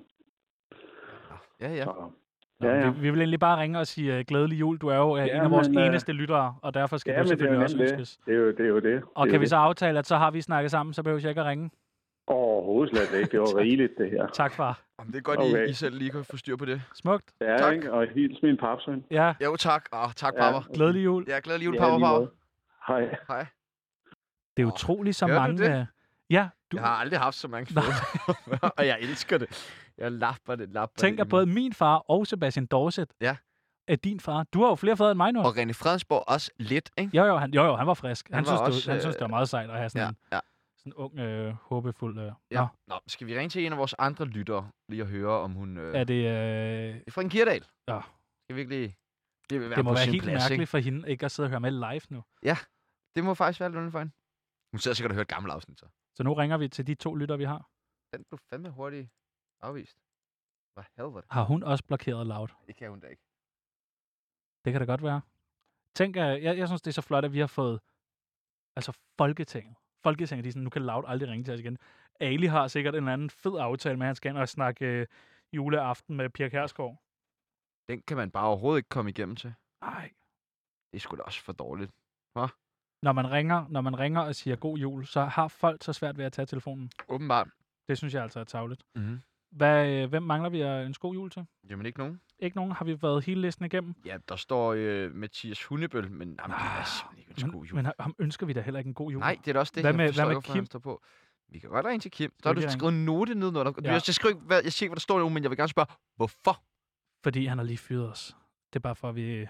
Speaker 3: Ja, ja.
Speaker 18: Så,
Speaker 2: Nå,
Speaker 18: ja, ja.
Speaker 2: Vi, vi vil egentlig bare ringe og sige uh, glædelig jul. Du er jo uh,
Speaker 18: Ja,
Speaker 2: en af vores
Speaker 18: men, øh,
Speaker 2: eneste lyttere, og derfor skal
Speaker 18: ja,
Speaker 2: du
Speaker 18: men det er jo
Speaker 2: selvfølgelig også
Speaker 18: nemt
Speaker 2: ønskes.
Speaker 18: det. Det er jo det. Er jo det.
Speaker 2: Og
Speaker 18: det er
Speaker 2: kan
Speaker 18: jo
Speaker 2: vi
Speaker 18: det.
Speaker 2: så aftale, at så har vi snakket sammen, så behøver jeg ikke at ringe?
Speaker 18: Overhovedet slet ikke. Det var rigeligt, det her.
Speaker 2: Tak, far.
Speaker 3: Jamen, det er godt,
Speaker 18: Okay.
Speaker 3: I, I selv lige kan få styr på det.
Speaker 2: Smukt.
Speaker 18: Ja,
Speaker 3: Tak.
Speaker 18: ikke? Og hils min papsøn.
Speaker 2: Ja.
Speaker 3: Jo, tak. Og tak,
Speaker 18: Ja.
Speaker 3: pappa.
Speaker 2: Glædelig jul.
Speaker 3: Ja, glædelig jul,
Speaker 18: Ja,
Speaker 3: pappa,
Speaker 18: lige
Speaker 3: pappa.
Speaker 18: måde. Hej.
Speaker 3: Hej.
Speaker 2: Det er utroligt, så
Speaker 3: Gør du
Speaker 2: mange...
Speaker 3: det?
Speaker 2: øh, Ja, du
Speaker 3: Jeg har aldrig haft så mange følelser, og jeg elsker det. Jeg lapper det, lapper
Speaker 2: tænker
Speaker 3: det.
Speaker 2: både min far og Sebastian Dorset
Speaker 3: Ja.
Speaker 2: er din far. Du har jo flere fædre end mig nu.
Speaker 3: Og René Fredensborg også lidt, ikke?
Speaker 2: Jo, jo, han, jo, jo, han var frisk. Han,
Speaker 3: Han
Speaker 2: synes,
Speaker 3: var
Speaker 2: det,
Speaker 3: også,
Speaker 2: han synes, det var
Speaker 3: øh,
Speaker 2: meget sejt at have sådan
Speaker 3: Ja,
Speaker 2: en
Speaker 3: ja.
Speaker 2: sådan ung, øh, håbefuld... Øh.
Speaker 3: Ja.
Speaker 2: Nå,
Speaker 3: Nå, skal vi ringe til en af vores andre lyttere, lige at høre, om hun... Øh...
Speaker 2: er det... Øh...
Speaker 3: Det er fra en Kirdal.
Speaker 2: Ja.
Speaker 3: Skal vi ikke lige... Det, vil være
Speaker 2: Det må
Speaker 3: på
Speaker 2: være
Speaker 3: sin
Speaker 2: helt
Speaker 3: plads,
Speaker 2: mærkeligt
Speaker 3: ikke?
Speaker 2: for hende ikke at sidde og høre med live nu.
Speaker 3: Ja, det må faktisk være lidt underligt for hende. Hun sidder sikkert og hører et gammelt afsnit, så.
Speaker 2: Så nu ringer vi til de to lyttere, vi har.
Speaker 3: Den blev fandme hurtigt afvist. Hvad helvede?
Speaker 2: Har hun også blokeret loud?
Speaker 3: Det kan hun da ikke.
Speaker 2: Det kan da godt være. Tænk, jeg, jeg synes, det er så flot, at vi har fået altså Folketinget. Folketinget, de er sådan, nu kan Loud aldrig ringe til os igen. Ali har sikkert en eller anden fed aftale med, at han skal ind og snakke øh, juleaften med Pia Kjærsgaard.
Speaker 3: Den kan man bare overhovedet ikke komme igennem til.
Speaker 2: Nej.
Speaker 3: Det er sgu da også for dårligt. Hva?
Speaker 2: Når man ringer, når man ringer og siger god jul, så har folk så svært ved at tage telefonen.
Speaker 3: Åbenbart.
Speaker 2: Det synes jeg altså er tarveligt.
Speaker 3: Mhm.
Speaker 2: Hvad, øh, hvem mangler vi at ønske god jul til?
Speaker 3: Jamen ikke nogen.
Speaker 2: Ikke nogen? Har vi været hele listen igennem?
Speaker 3: Ja, der står øh, Mathias Hundebøl, men jamen, det er simpelthen ikke ønske god jul.
Speaker 2: Men ham ønsker vi da heller ikke en god jul.
Speaker 3: Nej, det er da også det,
Speaker 2: hvad
Speaker 3: jeg
Speaker 2: med,
Speaker 3: forstår
Speaker 2: hvad med
Speaker 3: ikke, hvorfor han
Speaker 2: Kim?
Speaker 3: står på. Vi kan godt ringe til Kim.
Speaker 2: Skal
Speaker 3: Der har
Speaker 2: vi
Speaker 3: du
Speaker 2: ringe?
Speaker 3: skrevet en note ned, når der...
Speaker 2: Ja.
Speaker 3: Jeg, skriver ikke, hvad, jeg siger ikke, hvad der står nu, men jeg vil gerne spørge, hvorfor?
Speaker 2: Fordi han har lige fyret os. Det er bare for, at vi...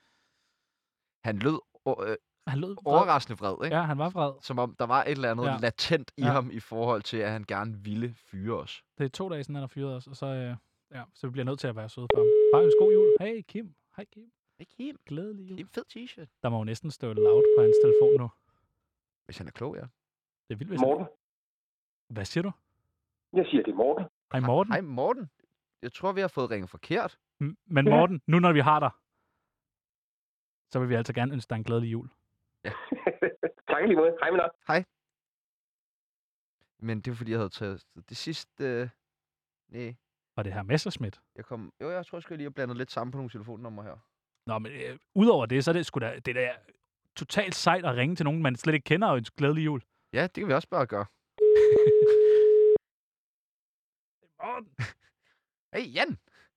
Speaker 3: Han lød, øh,
Speaker 2: han lød
Speaker 3: overraskende vred, ikke?
Speaker 2: Ja, han var vred.
Speaker 3: Som om der var et eller andet
Speaker 2: Ja.
Speaker 3: ja. latent i
Speaker 2: Ja.
Speaker 3: ham i forhold til, at han gerne ville fyre os.
Speaker 2: Det er to dage siden, han har fyret os, og så, øh, ja, så vi bliver nødt til at være søde for ham. Bare ønske god jul. Hey Kim. Hej Kim.
Speaker 3: Hej Kim.
Speaker 2: Glædelig jul.
Speaker 3: Kim, fed t-shirt.
Speaker 2: Der må jo næsten stå loud på hans telefon nu.
Speaker 3: Hvis han er klog, ja.
Speaker 2: Det er vildt, hvis
Speaker 6: Morten.
Speaker 2: Han... Hvad siger du?
Speaker 6: Jeg siger, det er Morten.
Speaker 2: Hej Morten.
Speaker 3: Hej Morten. Jeg tror, vi har fået ringet forkert.
Speaker 2: M- Men Morten, nu når vi har dig, så vil vi altså gerne ønske dig en glædelig jul.
Speaker 3: Ja.
Speaker 6: Tak lige måde. Hej med dig.
Speaker 3: Hej. Men det er fordi, jeg havde taget det sidste... Øh... Nej.
Speaker 2: Var det her Messerschmidt?
Speaker 3: Jeg kom... Jo, jeg tror, jeg skulle lige have blandet lidt sammen på nogle telefonnumre her.
Speaker 2: Nå, men øh, udover det, så er det sgu da, det er totalt sejt at ringe til nogen, man slet ikke kender og ønske glædelig jul.
Speaker 3: Ja, det kan vi også bare gøre.
Speaker 2: Morten.
Speaker 3: Hey, Jan.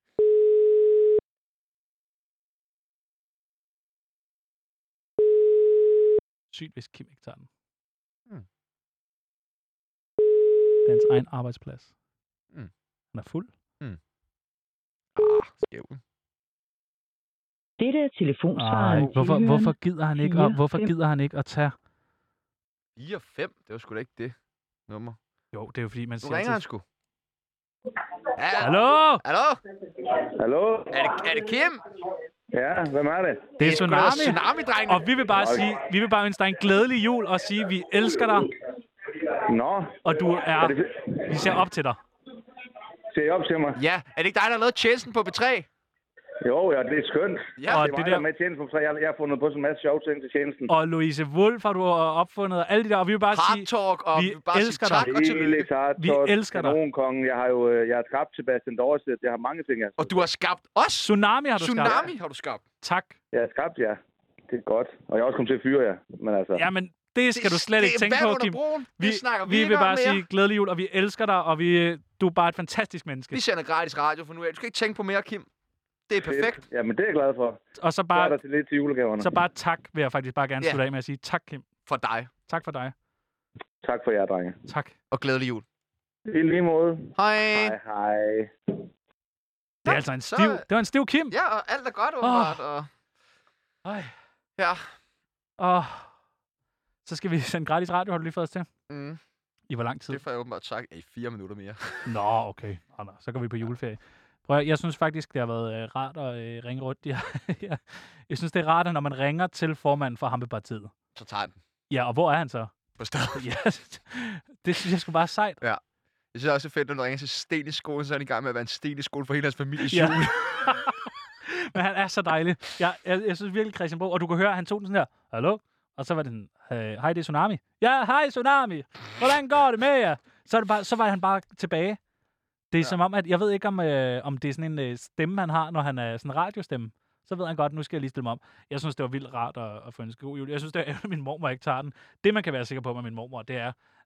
Speaker 2: Sygt, hvis Kim ikke tager den.
Speaker 3: Hmm.
Speaker 2: Det er hans egen arbejdsplads.
Speaker 3: Hmm.
Speaker 2: Han er fuld.
Speaker 3: Hmm. Ah, skæv.
Speaker 13: Dette er telefonsvaren.
Speaker 2: Ej, hvorfor, hvorfor gider han ikke, og hvorfor gider han ikke at tage?
Speaker 3: fire fem? Det var sgu da ikke det nummer.
Speaker 2: Jo, det er jo fordi, man
Speaker 3: Nu
Speaker 2: siger
Speaker 3: ringer han
Speaker 2: altid...
Speaker 3: sgu. Ja.
Speaker 2: Hallo?
Speaker 3: Hallo?
Speaker 18: Hallo?
Speaker 3: Er det, er det Kim?
Speaker 18: Ja, hvem er det?
Speaker 2: Det er
Speaker 3: sgu da
Speaker 2: Tsunami.
Speaker 3: Tsunami-drengene.
Speaker 2: Og vi vil bare sige, vi vil bare ønske dig en glædelig jul og sige, at vi elsker dig.
Speaker 18: Nå.
Speaker 2: Og du er,
Speaker 18: Er det,
Speaker 2: vi ser op til dig.
Speaker 18: ser I op til mig?
Speaker 3: Ja, er det ikke dig, der har lavet tjenesten på B tre?
Speaker 18: Jo, ja, det er skønt.
Speaker 3: Ja,
Speaker 18: det
Speaker 2: og
Speaker 18: er
Speaker 2: det
Speaker 18: mig,
Speaker 2: der-
Speaker 18: der er med i tjenesten, så jeg, jeg har fundet på sådan en masse sjove ting til tjenesten.
Speaker 2: Og Louise Wolf har du opfundet, og alle de der, og vi vil bare
Speaker 3: Hard
Speaker 2: sige,
Speaker 3: talk, og
Speaker 2: vi
Speaker 3: vi vil bare sige
Speaker 2: elsker
Speaker 3: tak
Speaker 2: dig.
Speaker 3: og tillykke.
Speaker 18: Felix Hart,
Speaker 2: Vi elsker dig.
Speaker 18: Kanonkongen. Jeg har jo øh, jeg har skabt Sebastian Dorset. Jeg har mange ting, jeg
Speaker 3: Og du har skabt os.
Speaker 2: Tsunami har du skabt.
Speaker 3: Tsunami har du skabt.
Speaker 2: Tak.
Speaker 18: Jeg har skabt, ja. Det er godt. Og jeg er også kommet til at fyre jer. Men altså...
Speaker 2: Ja, men det skal du slet
Speaker 3: det
Speaker 2: ikke
Speaker 3: er
Speaker 2: tænke
Speaker 3: vand
Speaker 2: på,
Speaker 3: under
Speaker 2: Kim.
Speaker 3: broen.
Speaker 2: Vi,
Speaker 3: Det snakker vi
Speaker 2: vi
Speaker 3: ikke
Speaker 2: vil
Speaker 3: om
Speaker 2: bare
Speaker 3: mere.
Speaker 2: sige glædelig jul, og vi elsker dig, og vi, du er bare et fantastisk menneske.
Speaker 3: Vi sender gratis radio for nu af. Du skal ikke tænke på mere, Kim. Det er perfekt.
Speaker 18: Ja, men det er jeg glad for.
Speaker 2: Og så
Speaker 18: Så er
Speaker 2: bare,
Speaker 18: der til lidt til julegaverne.
Speaker 2: så bare tak, vil jeg faktisk bare gerne
Speaker 3: Ja.
Speaker 2: slutte af med at sige tak, Kim.
Speaker 3: For dig.
Speaker 2: Tak for dig.
Speaker 18: Tak for jer, drenge.
Speaker 2: Tak.
Speaker 3: Og glædelig jul.
Speaker 18: I lige måde.
Speaker 3: Hej.
Speaker 18: Hej, hej.
Speaker 2: Det er altså en
Speaker 3: så-
Speaker 2: stiv, det var en stiv Kim.
Speaker 3: Ja, og alt er godt, åbenbart. Og...
Speaker 2: Ej.
Speaker 3: Ja.
Speaker 2: Og så skal vi sende gratis radio, har du lige fået os til?
Speaker 3: Mm.
Speaker 2: I hvor lang tid?
Speaker 3: Det får jeg åbenbart sagt i fire minutter mere.
Speaker 2: Nå, okay. Nå, nå, så går vi på juleferie. Prøv at, jeg synes faktisk, det har været øh, rart at øh, ringe rundt. Jeg, jeg, jeg synes, det er rart, at når man ringer til formanden for Hampepartiet.
Speaker 3: Så tager den.
Speaker 2: Ja, og hvor er han så?
Speaker 3: På stedet.
Speaker 2: Ja, det synes jeg sgu bare er sejt.
Speaker 3: Ja. Jeg synes også, det er fedt, når du ringer til Sten i skolen, så er han i gang med at være en Sten i skole for hele hans families
Speaker 2: Ja.
Speaker 3: jul.
Speaker 2: Men han er så dejlig. Jeg, jeg, jeg synes virkelig, Christian Bro, og du kan høre, han tog den sådan her, hallo? Og så var det sådan, "Øh, hej, det er Tsunami. Ja, hej Tsunami. Hvordan går det med jer? Så, er det bare, så var han bare tilbage. Det er ja. som om, at jeg ved ikke, om, øh, om det er sådan en øh, stemme, han har, når han er sådan en radiostemme. Så ved han godt, nu skal jeg lige stille mig om. Jeg synes, det var vildt rart at, at få en god jul. Jeg synes, det er, at min mormor ikke tager den. Det, man kan være sikker på med min mormor, det er,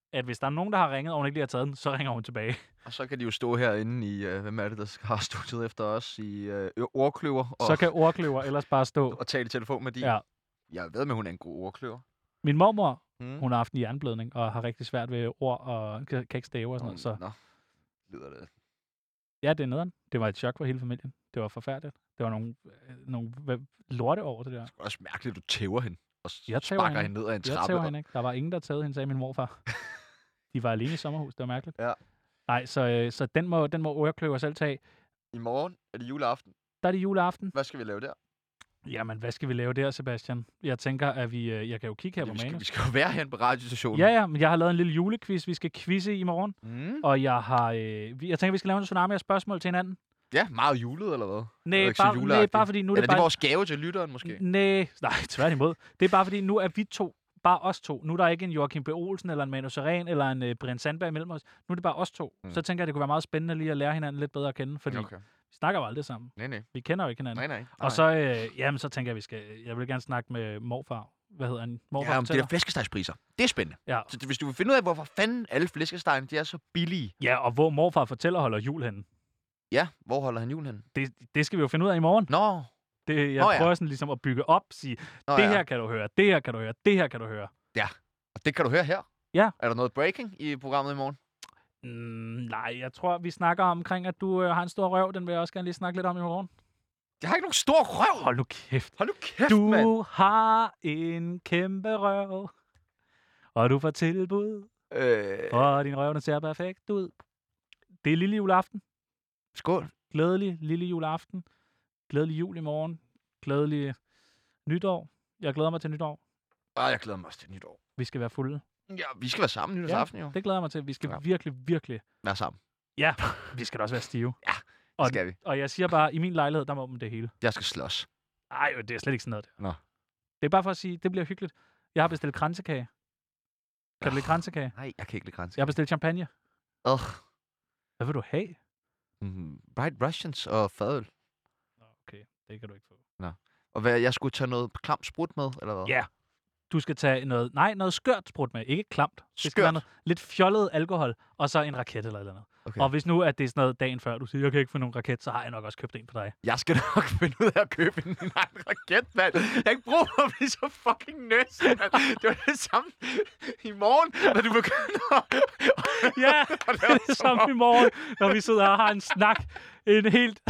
Speaker 2: at hvis der er nogen, der har ringet, og hun ikke lige har taget den, så ringer hun tilbage.
Speaker 3: Og så kan de jo stå herinde i, øh, hvem er det, der har stået efter os, i øh, ordkløver. Og,
Speaker 2: så kan ordkløver ellers bare stå.
Speaker 3: Og tale i telefon med de.
Speaker 2: Ja.
Speaker 3: Jeg ved med, hun er en god ordkløver.
Speaker 2: Min mormor,
Speaker 3: mm.
Speaker 2: hun har haft en jernblødning, og har rigtig svært ved ord, og kan, kan ikke stave og sådan noget. Så.
Speaker 3: Nå, lyder det.
Speaker 2: Ja, det er nederen. Det var et chok for hele familien. Det var forfærdeligt. Det var nogle, nogle lorte over det der.
Speaker 3: Det er også mærkeligt, at du tæver hende. Og
Speaker 2: jeg
Speaker 3: sparker hende ned ad en trappe.
Speaker 2: Jeg tæver hende ikke. Der var ingen, der tævede hende, sagde min morfar. De var alene i sommerhus. Det var mærkeligt.
Speaker 3: Ja.
Speaker 2: Nej, så, øh, så den må, den må Ordkløver selv tage.
Speaker 3: I morgen er det juleaften.
Speaker 2: Der er det juleaften.
Speaker 3: Hvad skal vi lave der?
Speaker 2: Jamen, hvad skal vi lave der, Sebastian? Jeg tænker, at vi... Øh, jeg kan jo kigge her
Speaker 3: ja,
Speaker 2: på
Speaker 3: vi skal,
Speaker 2: manus.
Speaker 3: Vi skal jo være her på radiostationen.
Speaker 2: Ja, ja, men jeg har lavet en lille julequiz. Vi skal quizze i morgen.
Speaker 3: Mm.
Speaker 2: Og jeg har... Øh, jeg tænker, vi skal lave en tsunami af spørgsmål til hinanden.
Speaker 3: Ja, meget julet, eller hvad?
Speaker 2: Nej, bare, nej, bare fordi nu er
Speaker 3: det
Speaker 2: det
Speaker 3: bare...
Speaker 2: bare...
Speaker 3: det vores gave til lytteren, måske?
Speaker 2: Nej, nej, tværtimod. Det er bare fordi, nu er vi to, bare os to. Nu er der ikke en Joachim B. Olsen, eller en Manu Seren, eller en uh, Brian Sandberg imellem os. Nu er det bare os to. Mm. Så tænker jeg, det kunne være meget spændende lige at lære hinanden lidt bedre at kende, fordi okay. vi snakker jo aldrig sammen.
Speaker 3: Nej, nej.
Speaker 2: Vi kender jo ikke hinanden.
Speaker 3: Nej, nej. nej.
Speaker 2: Og så, øh, jamen, så tænker jeg, vi skal... Jeg vil gerne snakke med morfar. Hvad hedder han? Morfar
Speaker 3: ja, om de der flæskestegspriser. Det er spændende.
Speaker 2: Ja.
Speaker 3: Så hvis du vil finde ud af, hvorfor fanden alle flæskestegen, de er så billige.
Speaker 2: Ja, og hvor morfar fortæller holder jul henne.
Speaker 3: Ja, hvor holder han jul henne?
Speaker 2: Det, det skal vi jo finde ud af i morgen.
Speaker 3: Nå.
Speaker 2: Det, jeg
Speaker 3: Nå,
Speaker 2: prøver
Speaker 3: ja.
Speaker 2: sådan ligesom at bygge op, sige,
Speaker 3: Nå,
Speaker 2: det
Speaker 3: ja.
Speaker 2: her kan du høre, det her kan du høre, det her kan du høre.
Speaker 3: Ja, og det kan du høre her.
Speaker 2: Ja.
Speaker 3: Er der noget breaking i programmet i morgen?
Speaker 2: Mm, nej, jeg tror, vi snakker omkring, at du øh, har en stor røv. Den vil jeg også gerne lige snakke lidt om i morgen.
Speaker 3: Jeg har ikke nogen stor røv!
Speaker 2: Hold nu kæft.
Speaker 3: Hold nu kæft,
Speaker 2: du
Speaker 3: mand!
Speaker 2: Du har en kæmpe røv, og du får tilbud, øh... og din røv, den ser perfekt ud. Det er lille juleaften.
Speaker 3: Skål.
Speaker 2: Glædelig lille juleaften. Glædelig jul i morgen. Glædelig nytår. Jeg glæder mig til nytår.
Speaker 3: Ah, jeg glæder mig også til nytår.
Speaker 2: Vi skal være fulde.
Speaker 3: Ja, vi skal være sammen nytårsaften,
Speaker 2: ja,
Speaker 3: jo.
Speaker 2: det glæder jeg mig til. Vi skal
Speaker 3: ja.
Speaker 2: virkelig, virkelig...
Speaker 3: Være sammen.
Speaker 2: Ja, vi skal da også være stive.
Speaker 3: Ja, det
Speaker 2: og,
Speaker 3: skal vi.
Speaker 2: Og jeg siger bare, i min lejlighed, der må man det hele.
Speaker 3: Jeg skal slås.
Speaker 2: Nej, det er slet ikke sådan noget.
Speaker 3: Nå.
Speaker 2: Det er bare for at sige, det bliver hyggeligt. Jeg har bestilt kransekage. Kan oh, du lide kransekage?
Speaker 3: Nej, jeg kan ikke lide kransekage.
Speaker 2: Jeg har bestilt champagne.
Speaker 3: Ugh.
Speaker 2: Hvad vil du have?
Speaker 3: Mm, Bright Russians og fadøl.
Speaker 2: Okay, det kan du ikke få.
Speaker 3: Nå. Og hvad, jeg skulle tage noget klam sprut med, eller hvad?
Speaker 2: Ja. Du skal tage noget, nej, noget skørt sprut med. Ikke klamt. Det skal
Speaker 3: skørt?
Speaker 2: være noget lidt fjollet alkohol, og så en raket eller eller andet. Okay. Og hvis nu at det er sådan noget dagen før, du siger, jeg kan ikke få nogen raket, så har jeg nok også købt en på dig.
Speaker 3: Jeg skal nok finde ud af at købe en egen raket, mand. Jeg har ikke brug for at blive så fucking nøs, mand. Det var det samme i morgen, når du begynder at...
Speaker 2: Ja, det er det samme i morgen, når vi sidder og har en snak. En helt...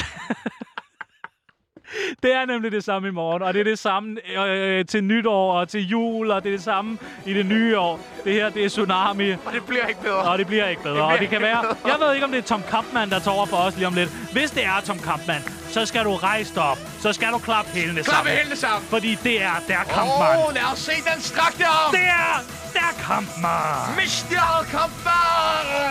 Speaker 2: Det er nemlig det samme i morgen, og det er det samme øh, til nytår og til jul, og det er det samme i det nye år. Det her, det er Tsunami.
Speaker 3: Og det bliver ikke bedre.
Speaker 2: Og det bliver ikke bedre. Det og det kan være... Jeg ved ikke, om det er Tom Kampmann, der tager over for os lige om lidt. Hvis det er Tom Kampmann, så skal du rejse dig op. Så skal du klappe hælene sammen.
Speaker 3: Klappe hælene sammen.
Speaker 2: Fordi det er der Kampmann.
Speaker 3: Åh, oh, lad os se den strakte arm.
Speaker 2: Det er der Kampmann.
Speaker 3: Mister Kampmann.